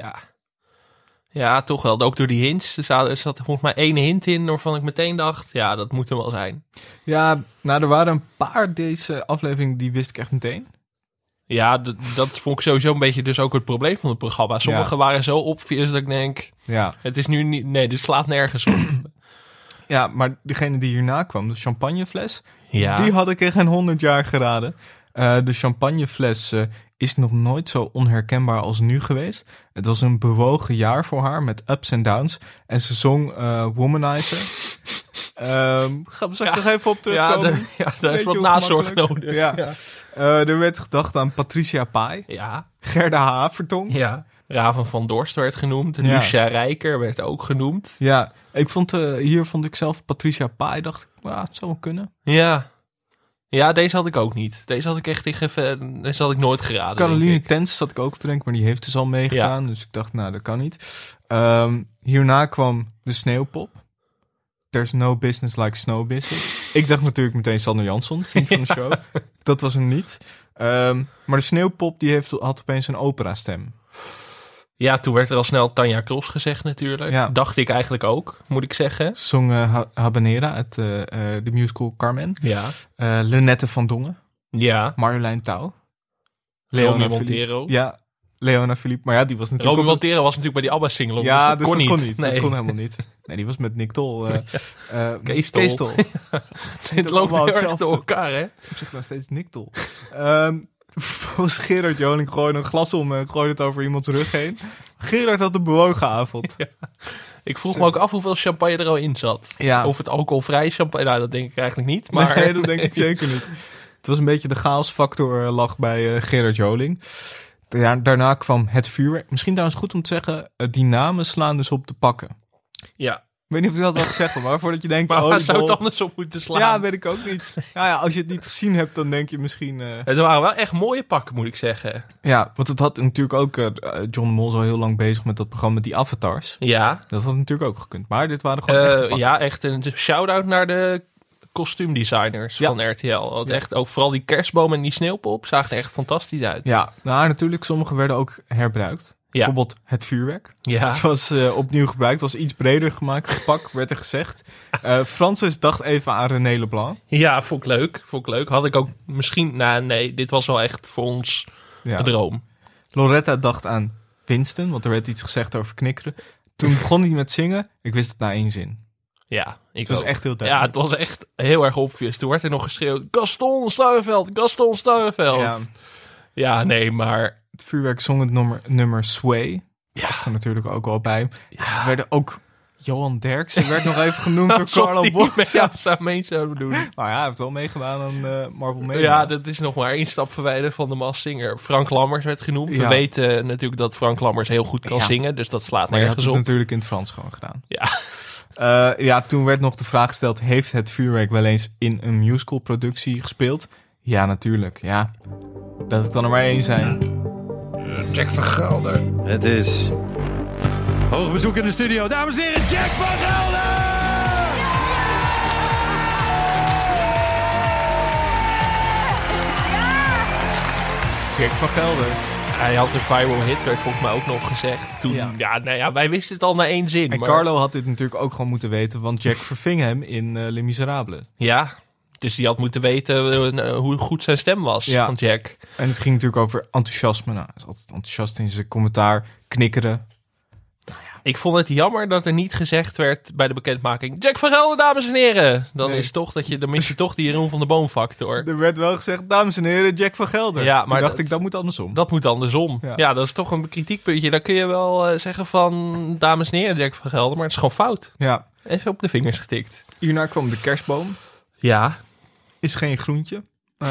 Speaker 4: Ja, toch wel. Ook door die hints. Er zat volgens mij 1 hint in waarvan ik meteen dacht, ja, dat moet hem wel zijn.
Speaker 3: Ja, nou, er waren een paar deze aflevering die wist ik echt meteen. Ja,
Speaker 4: dat vond ik sowieso een beetje dus ook het probleem van het programma. Sommige waren zo obvious dat ik denk, het is nu niet... Nee, dit slaat nergens op.
Speaker 3: Ja, maar degene die hierna kwam, de champagnefles, die had ik in geen 100 jaar geraden. De champagnefles is nog nooit zo onherkenbaar als nu geweest. Het was een bewogen jaar voor haar met ups en downs. En ze zong Womanizer. Gaan we straks nog even op terugkomen?
Speaker 4: Ja, daar is wat nazorg nodig.
Speaker 3: Ja. Er werd gedacht aan Patricia Pai.
Speaker 4: Ja.
Speaker 3: Gerda Havertong.
Speaker 4: Ja. Raven van Dorst werd genoemd. Lucia Rijker werd ook genoemd.
Speaker 3: Ja, hier vond ik zelf Patricia Pai. Dacht ik, het zou wel kunnen.
Speaker 4: Ja, deze had ik ook niet. Deze had ik echt deze had ik nooit geraden.
Speaker 3: Caroline Tense zat ik ook te denken, maar die heeft dus al meegedaan. Dus ik dacht, dat kan niet. Hierna kwam de sneeuwpop. There's no business like snow business. Ik dacht natuurlijk meteen Sander Jansson, vriend van de show. Dat was hem niet. Maar de sneeuwpop die had opeens een operastem.
Speaker 4: Ja, toen werd er al snel Tanja Kros gezegd natuurlijk. Ja. Dacht ik eigenlijk ook, moet ik zeggen.
Speaker 3: Ze zong Habanera uit de musical Carmen.
Speaker 4: Ja.
Speaker 3: Lenette van Dongen.
Speaker 4: Ja.
Speaker 3: Marjolein Touw.
Speaker 4: Romy Montero.
Speaker 3: Ja, Leona Philippe. Maar ja, die was natuurlijk...
Speaker 4: Romy Montero was natuurlijk bij die ABBA-single.
Speaker 3: Ja,
Speaker 4: dus dat kon niet.
Speaker 3: Nee. Dat kon helemaal niet. Nee, die was met Nick Tol.
Speaker 4: Kees Tol. Het loopt heel erg door elkaar, hè?
Speaker 3: Ik zeg nou steeds Nick Tol. Volgens Gerard Joling gooide een glas om en gooide het over iemands rug heen. Gerard had een bewogen avond.
Speaker 4: Ja. Ik vroeg me ook af hoeveel champagne er al in zat. Ja. Of het alcoholvrij champagne... Nou, dat denk ik eigenlijk niet. Maar...
Speaker 3: Nee, dat denk ik zeker niet. Het was een beetje de chaosfactor lag bij Gerard Joling. Daarna kwam het vuurwerk. Misschien trouwens goed om te zeggen, die namen slaan dus op de pakken.
Speaker 4: Ja.
Speaker 3: Ik weet niet of ik dat wel zeggen, maar voordat je denkt...
Speaker 4: Maar waar zou het anders op moeten slaan?
Speaker 3: Ja, weet ik ook niet. Ja, als je het niet gezien hebt, dan denk je misschien...
Speaker 4: Het waren wel echt mooie pakken, moet ik zeggen.
Speaker 3: Ja, want het had natuurlijk ook... John de Mol is al heel lang bezig met dat programma met die avatars.
Speaker 4: Ja.
Speaker 3: Dat had natuurlijk ook gekund. Maar dit waren gewoon echte pakken.
Speaker 4: Ja, echt een shout-out naar de kostuumdesigners van RTL. Want echt, ook vooral die kerstboom en die sneeuwpop zagen er echt fantastisch uit.
Speaker 3: Ja, nou natuurlijk, sommige werden ook herbruikt. Bijvoorbeeld het vuurwerk.
Speaker 4: Ja.
Speaker 3: Het was opnieuw gebruikt. Het was iets breder gemaakt. Het pak, werd er gezegd. Francis dacht even aan René Leblanc.
Speaker 4: Ja, vond ik leuk. Had ik ook misschien... nee, dit was wel echt voor ons een droom.
Speaker 3: Loretta dacht aan Winston, want er werd iets gezegd over knikkeren. Toen begon hij met zingen. Ik wist het na 1 zin.
Speaker 4: Ja,
Speaker 3: Het was echt heel duidelijk.
Speaker 4: Ja, het was echt heel erg obvious. Toen werd er nog geschreeuwd, Gaston Starreveld. Ja, nee, maar...
Speaker 3: Het vuurwerk zong het nummer Sway. Ja. Was er natuurlijk ook wel bij. Ja. Er werden ook... Johan Derksen werd nog even genoemd door Carlo Box.
Speaker 4: Ja, mee zouden doen.
Speaker 3: Nou ja, hij heeft wel meegedaan aan Marble Mania.
Speaker 4: Ja, dat is nog maar 1 stap verwijderd van de Masked Singer. Frank Lammers werd genoemd. We weten natuurlijk dat Frank Lammers heel goed kan zingen. Dus dat slaat nergens op. Maar hij had het
Speaker 3: natuurlijk in het Frans gewoon gedaan. Toen werd nog de vraag gesteld... heeft het vuurwerk wel eens in een musicalproductie gespeeld? Ja, natuurlijk. Ja, dat kan er maar 1 zijn.
Speaker 4: Jack van Gelder.
Speaker 1: Het is hoog bezoek in de studio. Dames en heren, Jack van Gelder!
Speaker 3: Jack van Gelder.
Speaker 4: Hij had een viral hit, werd volgens mij ook nog gezegd. Toen, wij wisten het al na 1 zin.
Speaker 3: En maar... Carlo had dit natuurlijk ook gewoon moeten weten, want Jack verving hem in Les Miserables.
Speaker 4: Ja, dus die had moeten weten hoe goed zijn stem was van Jack.
Speaker 3: En het ging natuurlijk over enthousiasme. Nou, hij is altijd enthousiast in zijn commentaar, knikkeren.
Speaker 4: Ik vond het jammer dat er niet gezegd werd bij de bekendmaking... Jack van Gelder, dames en heren. Dan mis je toch die Jeroen van der Boom factor.
Speaker 3: Er werd wel gezegd, dames en heren, Jack van Gelder.
Speaker 4: Ja, maar
Speaker 3: toen dacht ik, dat moet andersom.
Speaker 4: Dat moet andersom. Ja, dat is toch een kritiekpuntje. Dan kun je wel zeggen van, dames en heren, Jack van Gelder. Maar het is gewoon fout.
Speaker 3: Ja.
Speaker 4: Even op de vingers getikt.
Speaker 3: Hierna kwam de kerstboom.
Speaker 4: Ja.
Speaker 3: Is geen groentje.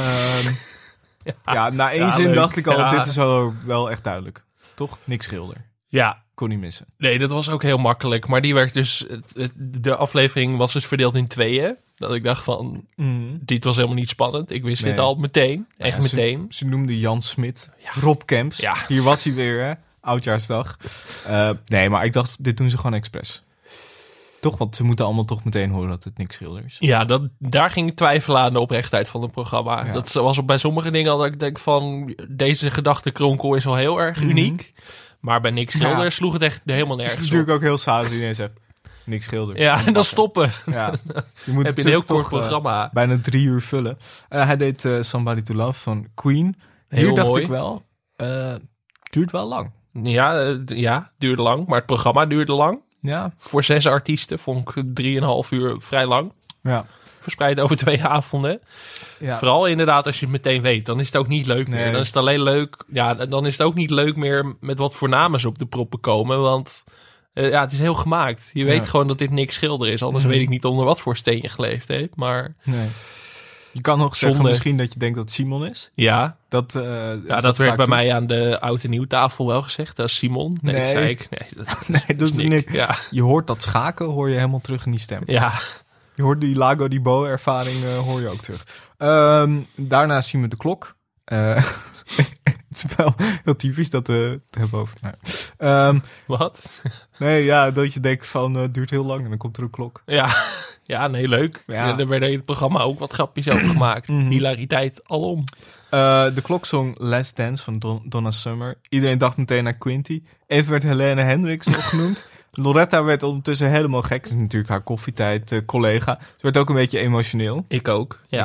Speaker 3: Na 1 zin dacht ik al, dit is wel echt duidelijk. Toch? Niks Schilder.
Speaker 4: Ja.
Speaker 3: Kon niet missen.
Speaker 4: Nee, dat was ook heel makkelijk. Maar die werd dus... De aflevering was dus verdeeld in 2. Dat ik dacht van... Dit was helemaal niet spannend. Ik wist dit al meteen. Echt meteen.
Speaker 3: Ze noemde Jan Smit. Rob Kemps. Ja. Hier was hij weer, hè? Oudjaarsdag. Nee, maar ik dacht, dit doen ze gewoon expres. Toch, want ze moeten allemaal toch meteen horen dat het niks Schilder is. Ja,
Speaker 4: daar ging ik twijfelen aan de oprechtheid van het programma. Ja. Dat was bij sommige dingen al dat ik denk van... Deze gedachtenkronkel is wel heel erg uniek. Maar bij Nick Schilder sloeg het echt helemaal nergens op. Het is
Speaker 3: natuurlijk ook heel saai als iedereen zegt... Nick Schilder.
Speaker 4: Ja, en dan stoppen.
Speaker 3: Ja. Je moet
Speaker 4: heb je een heel kort programma.
Speaker 3: Bijna 3 uur vullen. Hij deed Somebody to Love van Queen. Hier
Speaker 4: heel
Speaker 3: dacht
Speaker 4: mooi.
Speaker 3: Ik wel... duurt wel lang.
Speaker 4: Ja, duurde lang. Maar het programma duurde lang.
Speaker 3: Ja.
Speaker 4: Voor 6 artiesten vond ik 3,5 uur vrij lang.
Speaker 3: Ja.
Speaker 4: Verspreid over 2 avonden. Ja. Vooral inderdaad als je het meteen weet. Dan is het ook niet leuk meer. Dan is het alleen leuk... Ja, dan is het ook niet leuk meer met wat voor namen ze op de proppen komen. Want het is heel gemaakt. Je weet gewoon dat dit Nick Schilder is. Anders weet ik niet onder wat voor steen je geleefd heeft. Maar...
Speaker 3: Nee. Je kan nog zeggen misschien dat je denkt dat Simon is.
Speaker 4: Ja.
Speaker 3: Dat
Speaker 4: werd bij mij aan de oud en nieuw tafel wel gezegd. Dat is Simon. Nee, dat zei ik. Nee,
Speaker 3: dat is Nick. Ja. Je hoort dat schaken, hoor je helemaal terug in die stem.
Speaker 4: Ja.
Speaker 3: Je hoort die Lago di Bo ervaring hoor je ook terug. Daarna zien we de klok. Het is wel heel typisch dat we het hebben over...
Speaker 4: Wat?
Speaker 3: Nee, ja, dat je denkt van het duurt heel lang en dan komt er een klok.
Speaker 4: Ja, nee, leuk. Ja. Er werden in het programma ook wat grapjes over gemaakt. Hilariteit alom.
Speaker 3: De klokzong Last Dance van Donna Summer. Iedereen dacht meteen naar Quinty. Even werd Helene Hendricks nog genoemd. Loretta werd ondertussen helemaal gek. Dat is natuurlijk haar koffietijd collega. Ze werd ook een beetje emotioneel.
Speaker 4: Ik ook, ja.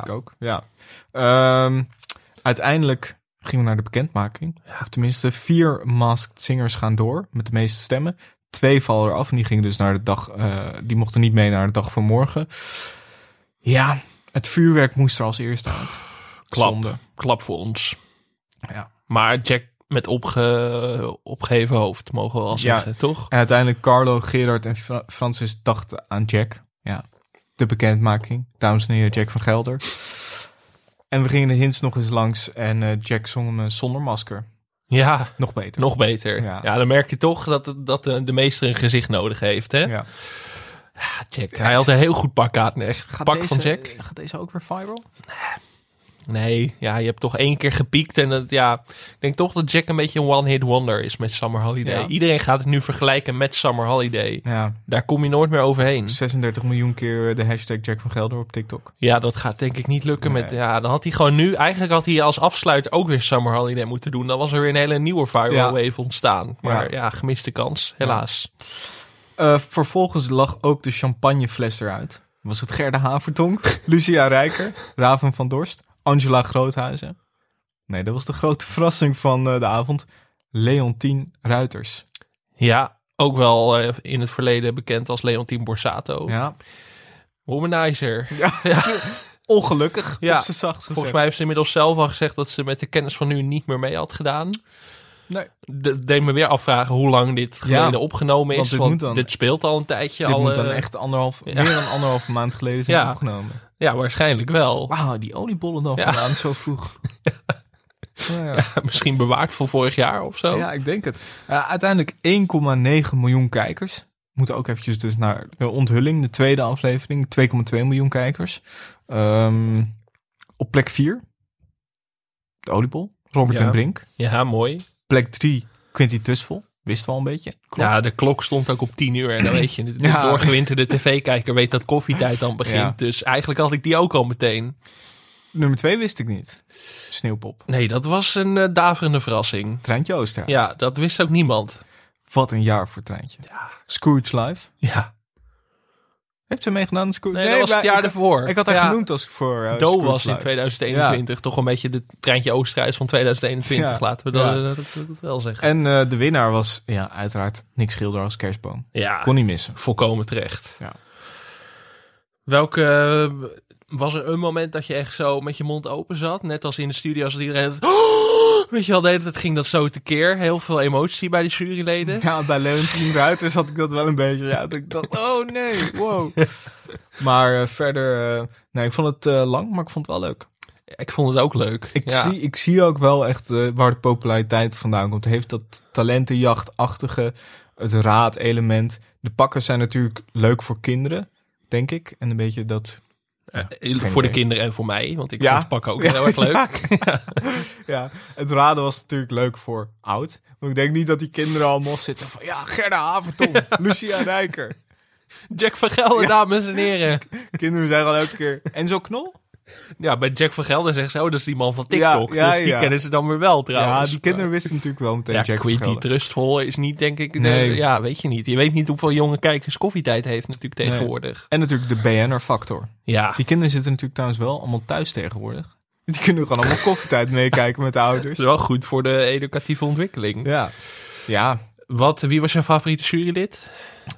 Speaker 3: Uiteindelijk gingen we naar de bekendmaking. Ja. Of tenminste 4 Masked Singers gaan door met de meeste stemmen. 2 vallen eraf en die gingen dus naar de dag... die mochten niet mee naar de dag van morgen. Ja, het vuurwerk moest er als eerste uit.
Speaker 4: Klap voor ons.
Speaker 3: Ja.
Speaker 4: Maar Jack met opgeheven hoofd, mogen we wel zeggen, toch?
Speaker 3: En uiteindelijk Carlo, Gerard en Francis dachten aan Jack. Ja, de bekendmaking. Dames en heren, Jack van Gelder. En we gingen de hints nog eens langs en Jack zong hem zonder masker.
Speaker 4: Ja.
Speaker 3: Nog beter.
Speaker 4: Ja, dan merk je toch dat de meester een gezicht nodig heeft, hè?
Speaker 3: Ja.
Speaker 4: Jack, hij had een heel goed pak aan, echt. Pak van Jack.
Speaker 3: Gaat deze ook weer viral?
Speaker 4: Nee, ja, je hebt toch 1 keer gepiekt. En ik denk toch dat Jack een beetje een one-hit wonder is met Summer Holiday.
Speaker 3: Ja.
Speaker 4: Iedereen gaat het nu vergelijken met Summer Holiday.
Speaker 3: Ja,
Speaker 4: Daar kom je nooit meer overheen.
Speaker 3: 36 miljoen keer de hashtag Jack van Gelder op TikTok.
Speaker 4: Ja, dat gaat denk ik niet lukken.
Speaker 3: Nee.
Speaker 4: Dan had hij gewoon nu... Eigenlijk had hij als afsluiter ook weer Summer Holiday moeten doen. Dan was er weer een hele nieuwe viral wave ontstaan. Maar gemiste kans, helaas.
Speaker 3: Vervolgens lag ook de champagnefles eruit. Was het Gerda Havertonk, Lucia Rijker, Raven van Dorst, Angela Groothuizen? Nee, dat was de grote verrassing van de avond. Leontien Ruiters.
Speaker 4: Ja, ook wel in het verleden bekend als Leontien Borsato.
Speaker 3: Ja.
Speaker 4: Womanizer.
Speaker 3: Ja. Ongelukkig,
Speaker 4: Ja.
Speaker 3: op z'n zachtst gezegd.
Speaker 4: Volgens mij heeft ze inmiddels zelf al gezegd dat ze met de kennis van nu niet meer mee had gedaan.
Speaker 3: Nee.
Speaker 4: Dat deed me weer afvragen hoe lang dit geleden opgenomen is.
Speaker 3: Want
Speaker 4: dit speelt al een tijdje.
Speaker 3: Dit
Speaker 4: al,
Speaker 3: moet dan echt meer dan 1,5 maand geleden zijn opgenomen.
Speaker 4: Ja, waarschijnlijk wel.
Speaker 3: Wauw, die oliebollen nog gedaan zo vroeg.
Speaker 4: Misschien bewaard voor vorig jaar of zo.
Speaker 3: Ja, ik denk het. Uiteindelijk 1,9 miljoen kijkers. Moeten ook eventjes dus naar de onthulling, de tweede aflevering. 2,2 miljoen kijkers. Op plek 4, de oliebol, Robert en Brink.
Speaker 4: Ja, mooi.
Speaker 3: Plek 3, Quinty Tusvel. Wist wel een beetje. Klok.
Speaker 4: Ja, de klok stond ook op 10 uur. En dan weet je, de doorgewinterde tv-kijker weet dat koffietijd dan begint.
Speaker 3: Ja.
Speaker 4: Dus eigenlijk had ik die ook al meteen.
Speaker 3: Nummer 2 wist ik niet. Sneeuwpop.
Speaker 4: Nee, dat was een daverende verrassing.
Speaker 3: Treintje Oosterhuis.
Speaker 4: Ja, dat wist ook niemand.
Speaker 3: Wat een jaar voor Treintje.
Speaker 4: Ja.
Speaker 3: Scrooge Live.
Speaker 4: Ja.
Speaker 3: Heeft ze meegedaan? Scrooge?
Speaker 4: Nee, dat was het jaar ervoor.
Speaker 3: Ik had haar genoemd als voor
Speaker 4: Doe
Speaker 3: Scrooge
Speaker 4: was in
Speaker 3: Live.
Speaker 4: 2021 toch een beetje de Treintje Oosterhuis van 2021.
Speaker 3: Ja.
Speaker 4: Laten we dat wel zeggen.
Speaker 3: En de winnaar was uiteraard Nick Schilder als kerstboom.
Speaker 4: Ja,
Speaker 3: Kon niet missen.
Speaker 4: volkomen terecht.
Speaker 3: Ja.
Speaker 4: Welke... Was er een moment dat je echt zo met je mond open zat? Net als in de studio, als iedereen... weet je wel, het ging dat zo tekeer. Heel veel emotie bij de juryleden.
Speaker 3: Ja, bij Leontien Ruiters had ik dat wel een beetje. Ja, dat ik dacht, oh nee, wow. Maar verder, nee, ik vond het lang, maar ik vond het wel leuk.
Speaker 4: Ik vond het ook leuk.
Speaker 3: Ik zie ook wel echt waar de populariteit vandaan komt. Het heeft dat talentenjachtachtige, het raadelement. De pakken zijn natuurlijk leuk voor kinderen, denk ik. En een beetje dat...
Speaker 4: voor de kinderen en voor mij, want ik vond het pakken ook heel erg leuk.
Speaker 3: Ja, het raden was natuurlijk leuk voor oud. Maar ik denk niet dat die kinderen allemaal zitten van... Ja, Gerda Havertong, Lucia Rijker.
Speaker 4: Jack van Gelder, dames en heren.
Speaker 3: Kinderen zeggen al elke keer... Enzo Knol?
Speaker 4: Ja, bij Jack van Gelder zeggen ze... Oh, dat is die man van TikTok. Dus die kennen ze dan weer wel trouwens.
Speaker 3: Ja, die kinderen wisten natuurlijk wel meteen Jack van
Speaker 4: Quinty
Speaker 3: Gelder.
Speaker 4: Trustful is niet, denk ik...
Speaker 3: Nee.
Speaker 4: weet je niet. Je weet niet hoeveel jonge kijkers koffietijd heeft natuurlijk tegenwoordig.
Speaker 3: Nee. En natuurlijk de BN'er-factor.
Speaker 4: Ja.
Speaker 3: Die kinderen zitten natuurlijk trouwens wel allemaal thuis tegenwoordig. Die kunnen gewoon allemaal koffietijd meekijken met de ouders.
Speaker 4: Dat is wel goed voor de educatieve ontwikkeling.
Speaker 3: Ja.
Speaker 4: Wie was jouw favoriete jurylid?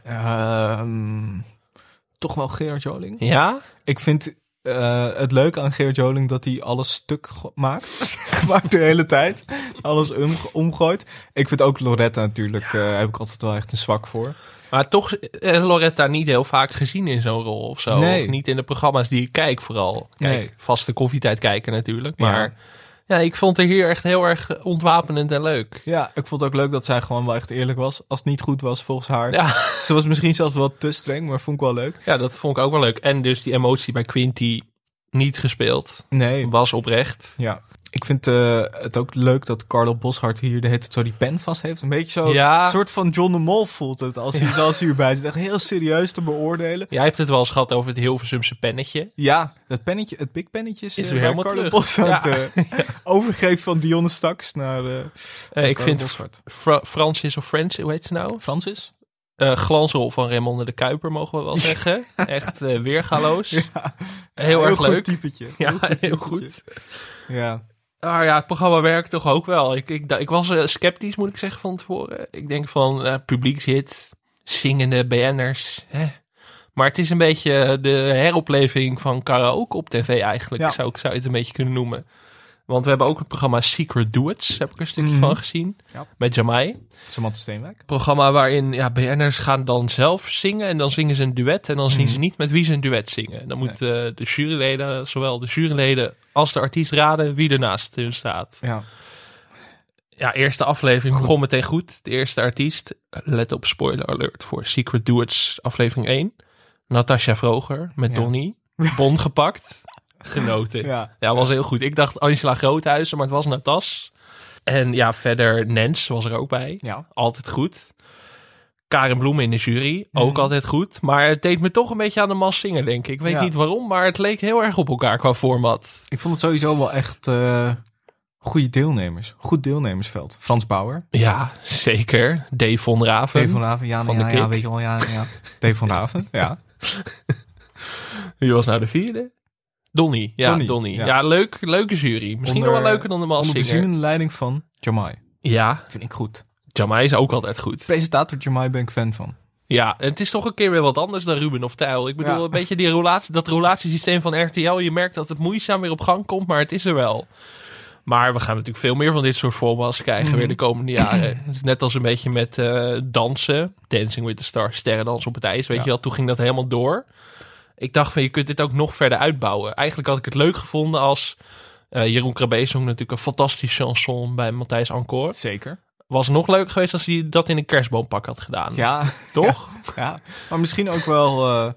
Speaker 3: Toch wel Gerard Joling.
Speaker 4: Ja?
Speaker 3: Ik vind het leuk aan Gerard Joling dat hij alles stuk maakt. Maakt de hele tijd. Alles omgooit. Ik vind ook Loretta natuurlijk, heb ik altijd wel echt een zwak voor.
Speaker 4: Maar toch Loretta niet heel vaak gezien in zo'n rol of zo.
Speaker 3: Nee.
Speaker 4: Of niet in de programma's die ik kijk vooral. Kijk,
Speaker 3: Nee.
Speaker 4: vaste koffietijd kijken natuurlijk. Maar ja, ik vond het hier echt heel erg ontwapenend en leuk.
Speaker 3: Ja, ik vond het ook leuk dat zij gewoon wel echt eerlijk was. Als het niet goed was volgens haar.
Speaker 4: Ja.
Speaker 3: Ze was misschien zelfs wel te streng, maar vond ik wel leuk.
Speaker 4: Ja, dat vond ik ook wel leuk. En dus die emotie bij Quinty niet gespeeld.
Speaker 3: Nee.
Speaker 4: Was oprecht.
Speaker 3: Ja. Ik vind het ook leuk dat Carlo Boszhard hier de hele tijd zo die pen vast heeft. Een beetje zo, een soort van John de Mol voelt het als hij hierbij zit. Echt heel serieus te beoordelen.
Speaker 4: Jij hebt het wel eens gehad over het Hilversumse pennetje.
Speaker 3: Ja, dat pennetje, het big pennetje is
Speaker 4: weer helemaal
Speaker 3: Carlo
Speaker 4: terug.
Speaker 3: Boszhard overgegeven van Dionne Staks naar
Speaker 4: ik vind Francis of Francis, hoe heet ze nou?
Speaker 3: Francis?
Speaker 4: Glansrol van Raymonde de Kuiper, mogen we wel zeggen. Echt weergaloos. Ja. Heel erg leuk.
Speaker 3: Typetje.
Speaker 4: Heel goed.
Speaker 3: Ja.
Speaker 4: Maar ja, het programma werkt toch ook wel. Ik was sceptisch, moet ik zeggen, van tevoren. Ik denk van, publiek zit, zingende BN'ers. Maar het is een beetje de heropleving van karaoke op tv eigenlijk.
Speaker 3: Ja.
Speaker 4: Zou je het een beetje kunnen noemen. Want we hebben ook het programma Secret Duets. Heb ik een stukje van gezien. Ja. Met Jamai.
Speaker 3: Samantha Steenwijk.
Speaker 4: Programma waarin BN'ers gaan dan zelf zingen. En dan zingen ze een duet. En dan zien ze niet met wie ze een duet zingen. En dan moeten de juryleden, zowel de juryleden als de artiest raden wie er naast hun staat. Ja, eerste aflevering begon meteen goed. De eerste artiest, let op spoiler alert voor Secret Duets aflevering 1. Natasja Vroger met Donnie. Bon gepakt. genoten.
Speaker 3: Ja.
Speaker 4: Ja, was heel goed. Ik dacht Angela Groothuizen, maar het was Natas. En ja, verder Nens was er ook bij.
Speaker 3: Ja.
Speaker 4: Altijd goed. Karen Bloemen in de jury, ook altijd goed. Maar het deed me toch een beetje aan de Masked Singer, denk ik. Ik weet niet waarom, maar het leek heel erg op elkaar qua format.
Speaker 3: Ik vond het sowieso wel echt goede deelnemers. Goed deelnemersveld. Frans Bauer.
Speaker 4: Ja, zeker. Dave van Raven.
Speaker 3: Dave van Raven, ja,
Speaker 4: Van de
Speaker 3: ja,
Speaker 4: Kik.
Speaker 3: weet je wel, ja. Dave van Raven, ja.
Speaker 4: Wie was nou de vierde? Donnie. Ja, Donnie.
Speaker 3: ja.
Speaker 4: Ja, leuke jury. Misschien nog wel leuker dan de Masked
Speaker 3: Onder
Speaker 4: Singer.
Speaker 3: bezielende leiding van Jamai.
Speaker 4: Ja,
Speaker 3: Vind ik goed.
Speaker 4: Jamai is ook altijd goed.
Speaker 3: Presentator Jamai ben ik fan van.
Speaker 4: Ja, het is toch een keer weer wat anders dan Ruben of Tijl. Ik bedoel,
Speaker 3: Ja.
Speaker 4: een beetje dat relatiesysteem van RTL. Je merkt dat het moeizaam weer op gang komt, maar het is er wel. Maar we gaan natuurlijk veel meer van dit soort formats krijgen weer de komende jaren. Het is net als een beetje met dansen. Dancing with the Stars, sterrendans op het ijs. Weet je wel, toen ging dat helemaal door. Ik dacht van, je kunt dit ook nog verder uitbouwen. Eigenlijk had ik het leuk gevonden als Jeroen Krabbe zong natuurlijk een fantastische chanson bij Matthijs Encore.
Speaker 3: Zeker.
Speaker 4: Was nog leuk geweest als hij dat in een kerstboompak had gedaan.
Speaker 3: Ja.
Speaker 4: Toch?
Speaker 3: Ja. Maar misschien ook wel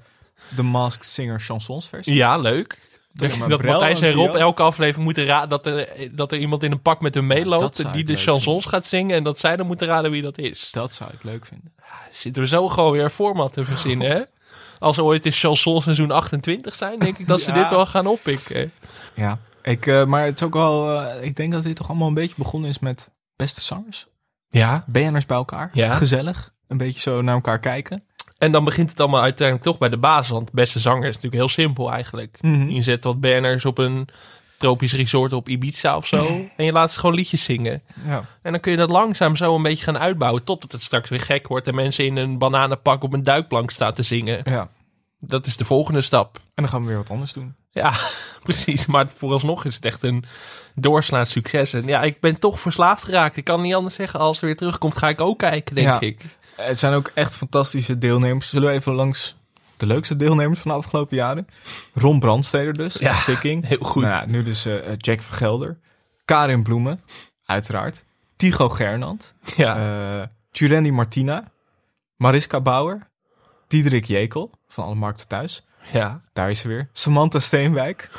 Speaker 3: de Masked Singer chansons versie.
Speaker 4: Ja, leuk.
Speaker 3: maar
Speaker 4: Dat
Speaker 3: Brel
Speaker 4: Matthijs en
Speaker 3: en
Speaker 4: Rob
Speaker 3: Bio.
Speaker 4: elke aflevering moeten raden dat er iemand in een pak met hem
Speaker 3: dat
Speaker 4: meeloopt.
Speaker 3: zou
Speaker 4: En die
Speaker 3: ik
Speaker 4: de
Speaker 3: leuk
Speaker 4: chansons gaat zingen. En dat zij dan moeten raden wie dat is.
Speaker 3: Dat zou ik leuk vinden.
Speaker 4: Zitten we zo gewoon weer een format te verzinnen, hè? Als er ooit in chansons seizoen 28 zijn, denk ik dat ze
Speaker 3: Ja.
Speaker 4: dit wel gaan oppikken.
Speaker 3: Ja. Maar het is ook wel... ik denk dat dit toch allemaal een beetje begonnen is met beste zangers.
Speaker 4: Ja.
Speaker 3: BN'ers bij elkaar.
Speaker 4: Ja.
Speaker 3: Gezellig. Een beetje zo naar elkaar kijken.
Speaker 4: En dan begint het allemaal uiteindelijk toch bij de basis. Want beste zanger is natuurlijk heel simpel eigenlijk. Je zet wat banners op een tropisch resort op Ibiza of zo. En je laat ze gewoon liedjes zingen.
Speaker 3: Ja.
Speaker 4: En dan kun je dat langzaam zo een beetje gaan uitbouwen. Totdat het straks weer gek wordt. En mensen in een bananenpak op een duikplank staan te zingen.
Speaker 3: Ja.
Speaker 4: Dat is de volgende stap.
Speaker 3: En dan gaan we weer wat anders doen.
Speaker 4: Ja, precies. Maar vooralsnog is het echt een doorslaand succes. En ja, ik ben toch verslaafd geraakt. Ik kan niet anders zeggen. Als er weer terugkomt, ga ik ook kijken, denk ik.
Speaker 3: Het zijn ook echt fantastische deelnemers. Zullen we even langs de leukste deelnemers van de afgelopen jaren? Ron Brandsteder dus,
Speaker 4: Ja,
Speaker 3: als Viking.
Speaker 4: heel goed.
Speaker 3: Nou ja, nu dus Jack Vergelder. Karin Bloemen, uiteraard. Tycho Gernand.
Speaker 4: Ja.
Speaker 3: Tjurendi Martina. Mariska Bauer. Diederik Jekel van Alle Markten Thuis.
Speaker 4: Ja.
Speaker 3: Daar is ze weer. Samantha Steenwijk.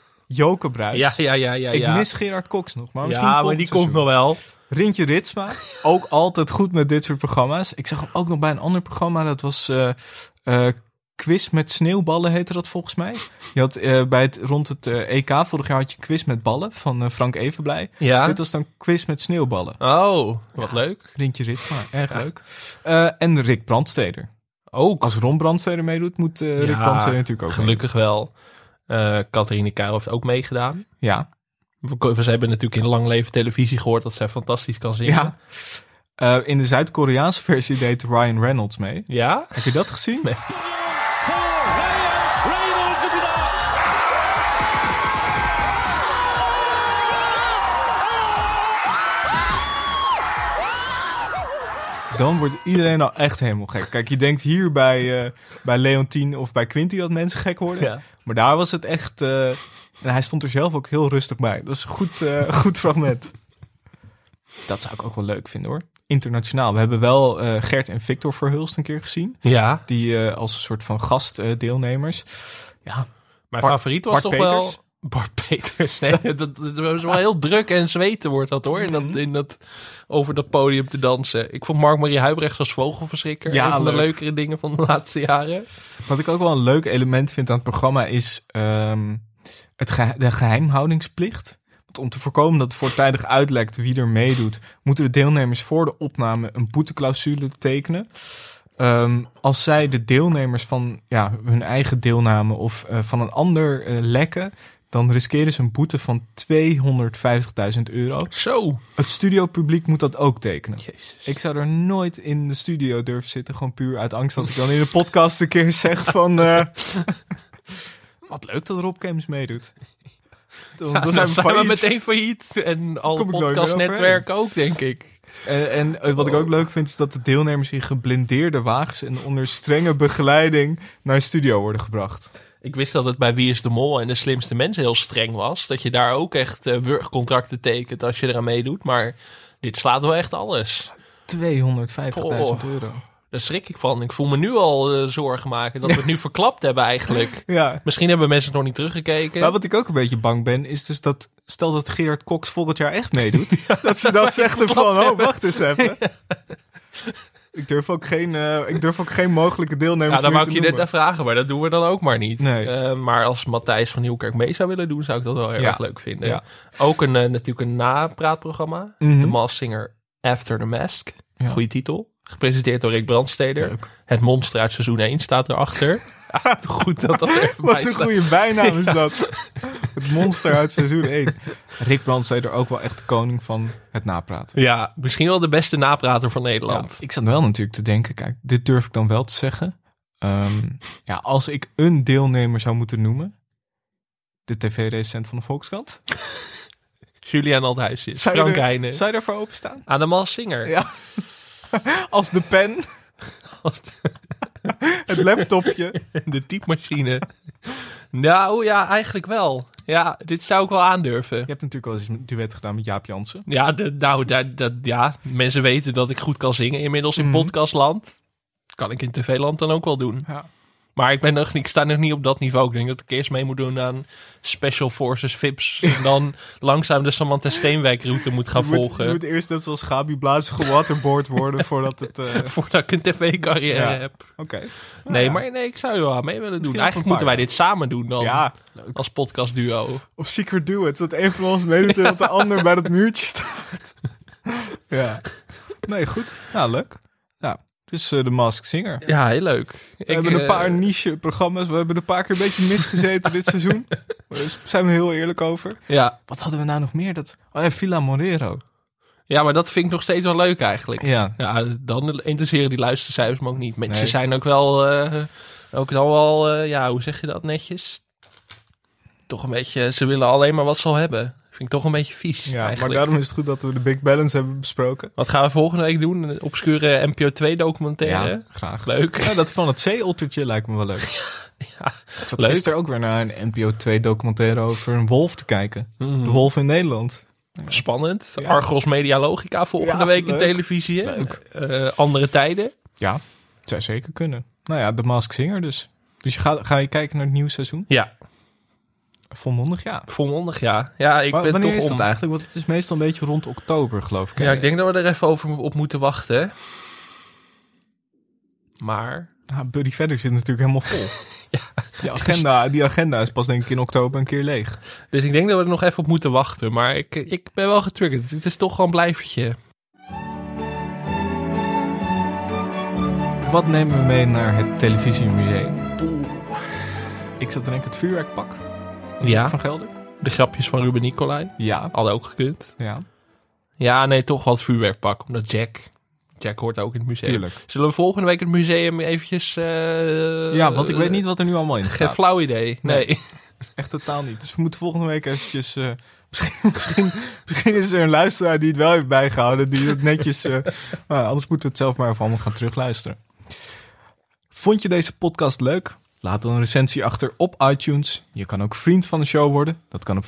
Speaker 3: Joke Bruis.
Speaker 4: Ja.
Speaker 3: Ik mis Gerard Cox nog, maar misschien
Speaker 4: Ja, maar
Speaker 3: volgend
Speaker 4: die komt nog
Speaker 3: seizoen.
Speaker 4: wel.
Speaker 3: Rintje Ritsma, ook altijd goed met dit soort programma's. Ik zag hem ook nog bij een ander programma. Dat was Quiz met sneeuwballen, heette dat volgens mij. Je had rond het EK vorig jaar had je Quiz met ballen van Frank Evenblij.
Speaker 4: Ja.
Speaker 3: Dit was dan Quiz met sneeuwballen.
Speaker 4: Oh, wat leuk.
Speaker 3: Rintje Ritsma, erg leuk. En Rick Brandsteder.
Speaker 4: Ook.
Speaker 3: Als Ron Brandsteder meedoet, moet Rick Brandsteder natuurlijk ook
Speaker 4: gelukkig wel. Catharine Kuil heeft ook meegegaan.
Speaker 3: mee. Ja.
Speaker 4: We hebben natuurlijk in Lang Leven Televisie gehoord dat zij fantastisch kan zingen.
Speaker 3: Ja. In de Zuid-Koreaanse versie deed Ryan Reynolds mee.
Speaker 4: Ja?
Speaker 3: Heb je dat gezien?
Speaker 4: Nee.
Speaker 3: Dan wordt iedereen nou echt helemaal gek. Kijk, je denkt hier bij Leontien of bij Quinty dat mensen gek worden.
Speaker 4: Ja.
Speaker 3: Maar daar was het echt... en hij stond er zelf ook heel rustig bij. Dat is een goed fragment. Dat zou ik ook wel leuk vinden hoor. Internationaal. We hebben wel Gert en Victor Verhulst een keer gezien.
Speaker 4: Ja.
Speaker 3: Die als een soort van gastdeelnemers. Ja.
Speaker 4: Mijn favoriet was
Speaker 3: Bart
Speaker 4: toch
Speaker 3: Peters?
Speaker 4: wel... Bart Peters. Nee, dat was wel heel druk en zweten wordt dat hoor. Over dat podium te dansen. Ik vond Mark-Marie Huibrechts als vogelverschrikker.
Speaker 3: Ja,
Speaker 4: een van de
Speaker 3: leuk.
Speaker 4: leukere dingen van de laatste jaren.
Speaker 3: Wat ik ook wel een leuk element vind aan het programma is de geheimhoudingsplicht. Want om te voorkomen dat het voortijdig uitlekt wie er meedoet, moeten de deelnemers voor de opname een boeteclausule tekenen. Als zij de deelnemers van hun eigen deelname of van een ander lekken, dan riskeren ze een boete van €250.000.
Speaker 4: Zo.
Speaker 3: Het studiopubliek moet dat ook tekenen.
Speaker 4: Jezus.
Speaker 3: Ik zou er nooit in de studio durven zitten, gewoon puur uit angst dat ik dan in de podcast een keer zeg van... wat leuk dat Rob Kems meedoet.
Speaker 4: Dan zijn we meteen failliet. En alle
Speaker 3: Kom ik nooit meer
Speaker 4: podcastnetwerken ook, denk ik.
Speaker 3: En wat ik ook leuk vind, is dat de deelnemers in geblindeerde wagens en onder strenge begeleiding naar een studio worden gebracht.
Speaker 4: Ik wist dat het bij Wie is de Mol en de slimste mensen heel streng was. Dat je daar ook echt wurgcontracten tekent als je eraan meedoet. Maar dit slaat wel echt alles.
Speaker 3: €250.000.
Speaker 4: Daar schrik ik van. Ik voel me nu al zorgen maken dat we het nu verklapt hebben eigenlijk.
Speaker 3: Ja.
Speaker 4: Misschien hebben mensen het nog niet teruggekeken.
Speaker 3: Maar wat ik ook een beetje bang ben, is dus dat... Stel dat Gerard Cox volgend jaar echt meedoet. Dat ze dan zeggen van, wacht eens even. Ik durf ook geen mogelijke deelnemers
Speaker 4: Ja, dan
Speaker 3: meer
Speaker 4: wou
Speaker 3: te
Speaker 4: ik je net
Speaker 3: noemen.
Speaker 4: naar vragen, maar dat doen we dan ook maar niet.
Speaker 3: Nee.
Speaker 4: Maar als Matthijs van Nieuwkerk mee zou willen doen, zou ik dat wel heel erg leuk vinden.
Speaker 3: Ja.
Speaker 4: Ook natuurlijk een napraatprogramma.
Speaker 3: Mhm.
Speaker 4: The Masked Singer After the Mask.
Speaker 3: Ja.
Speaker 4: Goeie titel. Gepresenteerd door Rick Brandsteder.
Speaker 3: Leuk.
Speaker 4: Het monster uit seizoen 1 staat erachter. Goed dat dat er even
Speaker 3: Wat
Speaker 4: bij
Speaker 3: een
Speaker 4: staat.
Speaker 3: goede bijnaam is dat. Het monster uit seizoen 1. Rick Brandsteder ook wel echt de koning van het napraten.
Speaker 4: Ja, misschien wel de beste naprater van Nederland.
Speaker 3: Ja, ik zat wel natuurlijk te denken, kijk, dit durf ik dan wel te zeggen. Als ik een deelnemer zou moeten noemen, de tv-recensent van de Volkskrant.
Speaker 4: Julian Althuisjes,
Speaker 3: Zou je
Speaker 4: Frank
Speaker 3: er-
Speaker 4: Heijnen.
Speaker 3: Zou je daarvoor openstaan?
Speaker 4: Aan de Masked Singer.
Speaker 3: Ja. Als de pen, het laptopje.
Speaker 4: De typemachine. Nou ja, eigenlijk wel. Ja, dit zou ik wel aandurven.
Speaker 3: Je hebt natuurlijk wel eens een duet gedaan met Jaap Jansen.
Speaker 4: Ja, mensen weten dat ik goed kan zingen inmiddels in podcastland. Kan ik in tv-land dan ook wel doen.
Speaker 3: Ja.
Speaker 4: Maar ik sta nog niet op dat niveau. Ik denk dat ik eerst mee moet doen aan Special Forces VIPs. En dan langzaam de Samantha Steenwijk-route moet gaan volgen.
Speaker 3: Je moet eerst net zoals Gabi Blazen gewaterboard worden voordat het...
Speaker 4: Voordat ik een tv-carrière
Speaker 3: Ja.
Speaker 4: heb.
Speaker 3: Oké.
Speaker 4: Nee, ik zou er wel aan mee willen doen.
Speaker 3: Misschien
Speaker 4: Eigenlijk
Speaker 3: over een
Speaker 4: moeten wij
Speaker 3: paar
Speaker 4: dit samen doen dan.
Speaker 3: Ja,
Speaker 4: Als podcastduo.
Speaker 3: of Secret Duet. Dat een van ons meedoet en dat de ander bij dat muurtje staat. Ja. Nee, goed. Nou, leuk. Ja, dus de Masked Singer.
Speaker 4: Ja, heel leuk.
Speaker 3: We hebben een paar niche-programma's. We hebben een paar keer een beetje misgezeten dit seizoen. Daar zijn we heel eerlijk over.
Speaker 4: Ja.
Speaker 3: Wat hadden we nou nog meer? Villa Morero.
Speaker 4: Ja, maar dat vind ik nog steeds wel leuk eigenlijk.
Speaker 3: Ja.
Speaker 4: Ja, dan interesseren die luistercijfers me ook niet. Mensen
Speaker 3: Nee.
Speaker 4: zijn ook wel, hoe zeg je dat netjes? Toch een beetje, ze willen alleen maar wat ze al hebben. Vind ik toch een beetje vies
Speaker 3: Ja, maar
Speaker 4: eigenlijk.
Speaker 3: daarom is het goed dat we de Big Balance hebben besproken.
Speaker 4: Wat gaan we volgende week doen? Een obscure NPO 2 documentaire?
Speaker 3: Ja, graag.
Speaker 4: Leuk.
Speaker 3: Ja, dat van het zeeottertje lijkt me wel leuk.
Speaker 4: Ja,
Speaker 3: Ik zat
Speaker 4: leuk.
Speaker 3: gisteren ook weer naar een NPO 2 documentaire over een wolf te kijken.
Speaker 4: Mhm.
Speaker 3: De wolf in Nederland.
Speaker 4: Spannend.
Speaker 3: Ja.
Speaker 4: Argos Media Logica volgende
Speaker 3: Ja,
Speaker 4: week in
Speaker 3: leuk.
Speaker 4: televisie.
Speaker 3: Leuk.
Speaker 4: Andere tijden.
Speaker 3: Ja, het zou zeker kunnen. Nou ja, de Masked Singer dus. Dus ga je kijken naar het nieuwe seizoen?
Speaker 4: Ja,
Speaker 3: Volmondig, ja.
Speaker 4: volmondig ja. Ja, ik ben
Speaker 3: Wanneer
Speaker 4: toch
Speaker 3: is
Speaker 4: om.
Speaker 3: dat eigenlijk? Want het is meestal een beetje rond oktober, geloof ik. hè?
Speaker 4: Ja, ik denk dat we er even op moeten wachten. Maar
Speaker 3: Nou, Buddy Vedder zit natuurlijk helemaal vol.
Speaker 4: Ja.
Speaker 3: Die agenda is pas denk ik in oktober een keer leeg.
Speaker 4: Dus ik denk dat we er nog even op moeten wachten. Maar ik ben wel getriggerd. Het is toch gewoon een blijvertje.
Speaker 3: Wat nemen we mee naar het televisiemuseum? Ik zat te denken het vuurwerkpak.
Speaker 4: Ja,
Speaker 3: Van Gelder.
Speaker 4: de grapjes van Ruben Nicolai.
Speaker 3: Ja.
Speaker 4: Hadden ook gekund.
Speaker 3: Ja,
Speaker 4: Ja, nee, toch wel het vuurwerkpak. Omdat Jack hoort ook in het museum.
Speaker 3: tuurlijk.
Speaker 4: Zullen we volgende week het museum eventjes...
Speaker 3: Ja, want ik weet niet wat er nu allemaal in
Speaker 4: Geen
Speaker 3: staat.
Speaker 4: flauw idee. Nee.
Speaker 3: Echt totaal niet. Dus we moeten volgende week eventjes... misschien is er een luisteraar die het wel heeft bijgehouden. Die het netjes... anders moeten we het zelf maar even allemaal gaan terugluisteren. Vond je deze podcast leuk? Laat dan een recensie achter op iTunes. Je kan ook vriend van de show worden. Dat kan op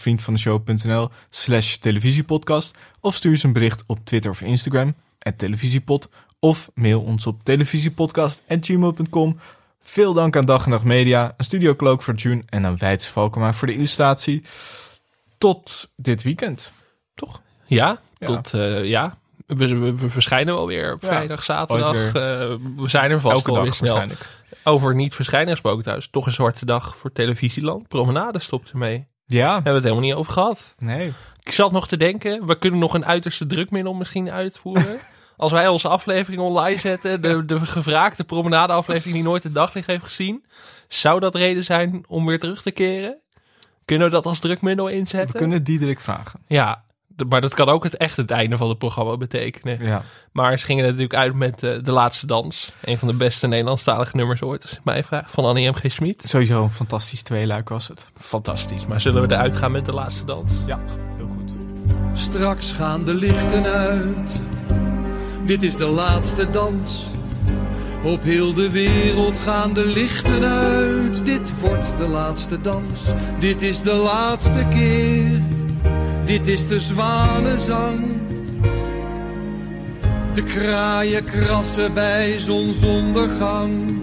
Speaker 3: vriendvandeshow.nl/televisiepodcast. Of stuur eens een bericht op Twitter of Instagram, @televisiepod. Of mail ons op televisiepodcast@gmail.com. Veel dank aan Dag en Nacht Media, aan Studio Cloak voor June en aan Weits Valkema voor de illustratie. Tot dit weekend. Toch?
Speaker 4: Ja,
Speaker 3: Ja.
Speaker 4: tot... ja. We verschijnen wel weer op
Speaker 3: Ja,
Speaker 4: vrijdag, zaterdag.
Speaker 3: ooit
Speaker 4: We zijn er vast
Speaker 3: Elke
Speaker 4: wel
Speaker 3: dag
Speaker 4: weer snel.
Speaker 3: waarschijnlijk.
Speaker 4: Over niet verschijnen gesproken thuis. Toch een zwarte dag voor televisieland. Promenade stopt ermee.
Speaker 3: Ja,
Speaker 4: Hebben we het helemaal niet over gehad.
Speaker 3: nee.
Speaker 4: Ik zat nog te denken, we kunnen nog een uiterste drukmiddel misschien uitvoeren. Als wij onze aflevering online zetten, de gevraagde promenade-aflevering die nooit het daglicht heeft gezien, zou dat reden zijn om weer terug te keren? Kunnen we dat als drukmiddel
Speaker 3: We
Speaker 4: inzetten?
Speaker 3: kunnen Diederik vragen.
Speaker 4: Ja, maar dat kan ook het einde van het programma betekenen.
Speaker 3: Ja.
Speaker 4: Maar ze gingen er natuurlijk uit met De Laatste Dans. Een van de beste Nederlandstalige nummers ooit, als je mij vraagt, van Annie M.G. Schmid.
Speaker 3: Sowieso een fantastisch tweeluik was het.
Speaker 4: Fantastisch. Maar zullen we eruit gaan met De Laatste Dans?
Speaker 3: Ja, heel goed.
Speaker 9: Straks gaan de lichten uit. Dit is de laatste dans. Op heel de wereld gaan de lichten uit. Dit wordt de laatste dans. Dit is de laatste keer. Dit is de zwanenzang. De kraaien krassen bij zonsondergang.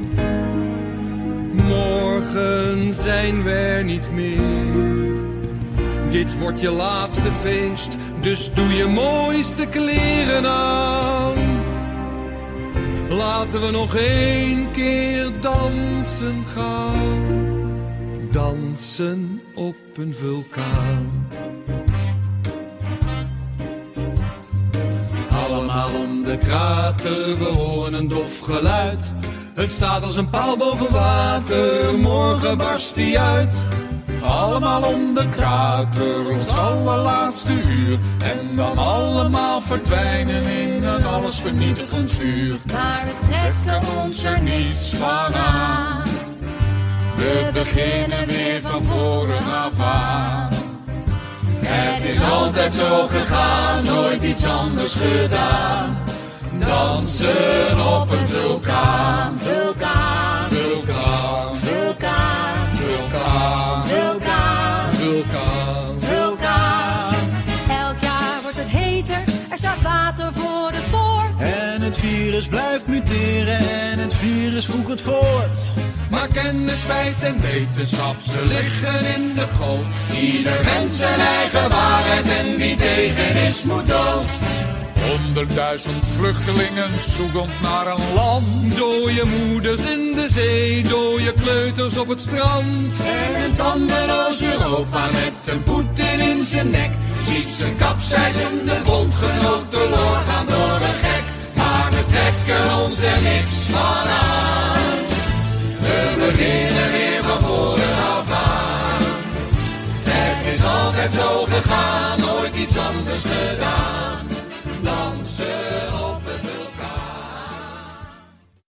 Speaker 9: Morgen zijn we er niet meer. Dit wordt je laatste feest, dus doe je mooiste kleren aan. Laten we nog 1 keer dansen gaan. Dansen op een vulkaan. Allemaal om de krater, we horen een dof geluid. Het staat als een paal boven water, morgen barst die uit. Allemaal om de krater, ons allerlaatste uur. En dan allemaal verdwijnen in een allesvernietigend vuur.
Speaker 10: Maar we trekken ons er niets van aan.
Speaker 2: We beginnen weer van voren af aan. Het is altijd zo gegaan, nooit iets anders gedaan. Dansen op een vulkaan.
Speaker 10: Vulkaan,
Speaker 2: Vulkaan,
Speaker 10: vulkaan,
Speaker 2: vulkaan,
Speaker 10: vulkaan,
Speaker 2: vulkaan.
Speaker 10: vulkaan. Elk jaar wordt het heter, er staat water voor de poort.
Speaker 11: En het virus blijft muteren en het virus woekert voort.
Speaker 9: Maar kennis, feit en wetenschap, ze liggen in de goot.
Speaker 2: Ieder mens zijn eigen waarheid en wie tegen is moet dood.
Speaker 9: 100.000 vluchtelingen zoekend naar een land. Dode moeders in de zee, dode kleuters op het strand.
Speaker 2: En een tandeloos Europa met een Poetin in zijn nek. Ziet zijn kapseizende bondgenoot teloor gaan door een gek. Maar we trekken ons er niks van aan. We beginnen weer van voren af aan. Het is altijd zo gegaan, nooit iets anders gedaan.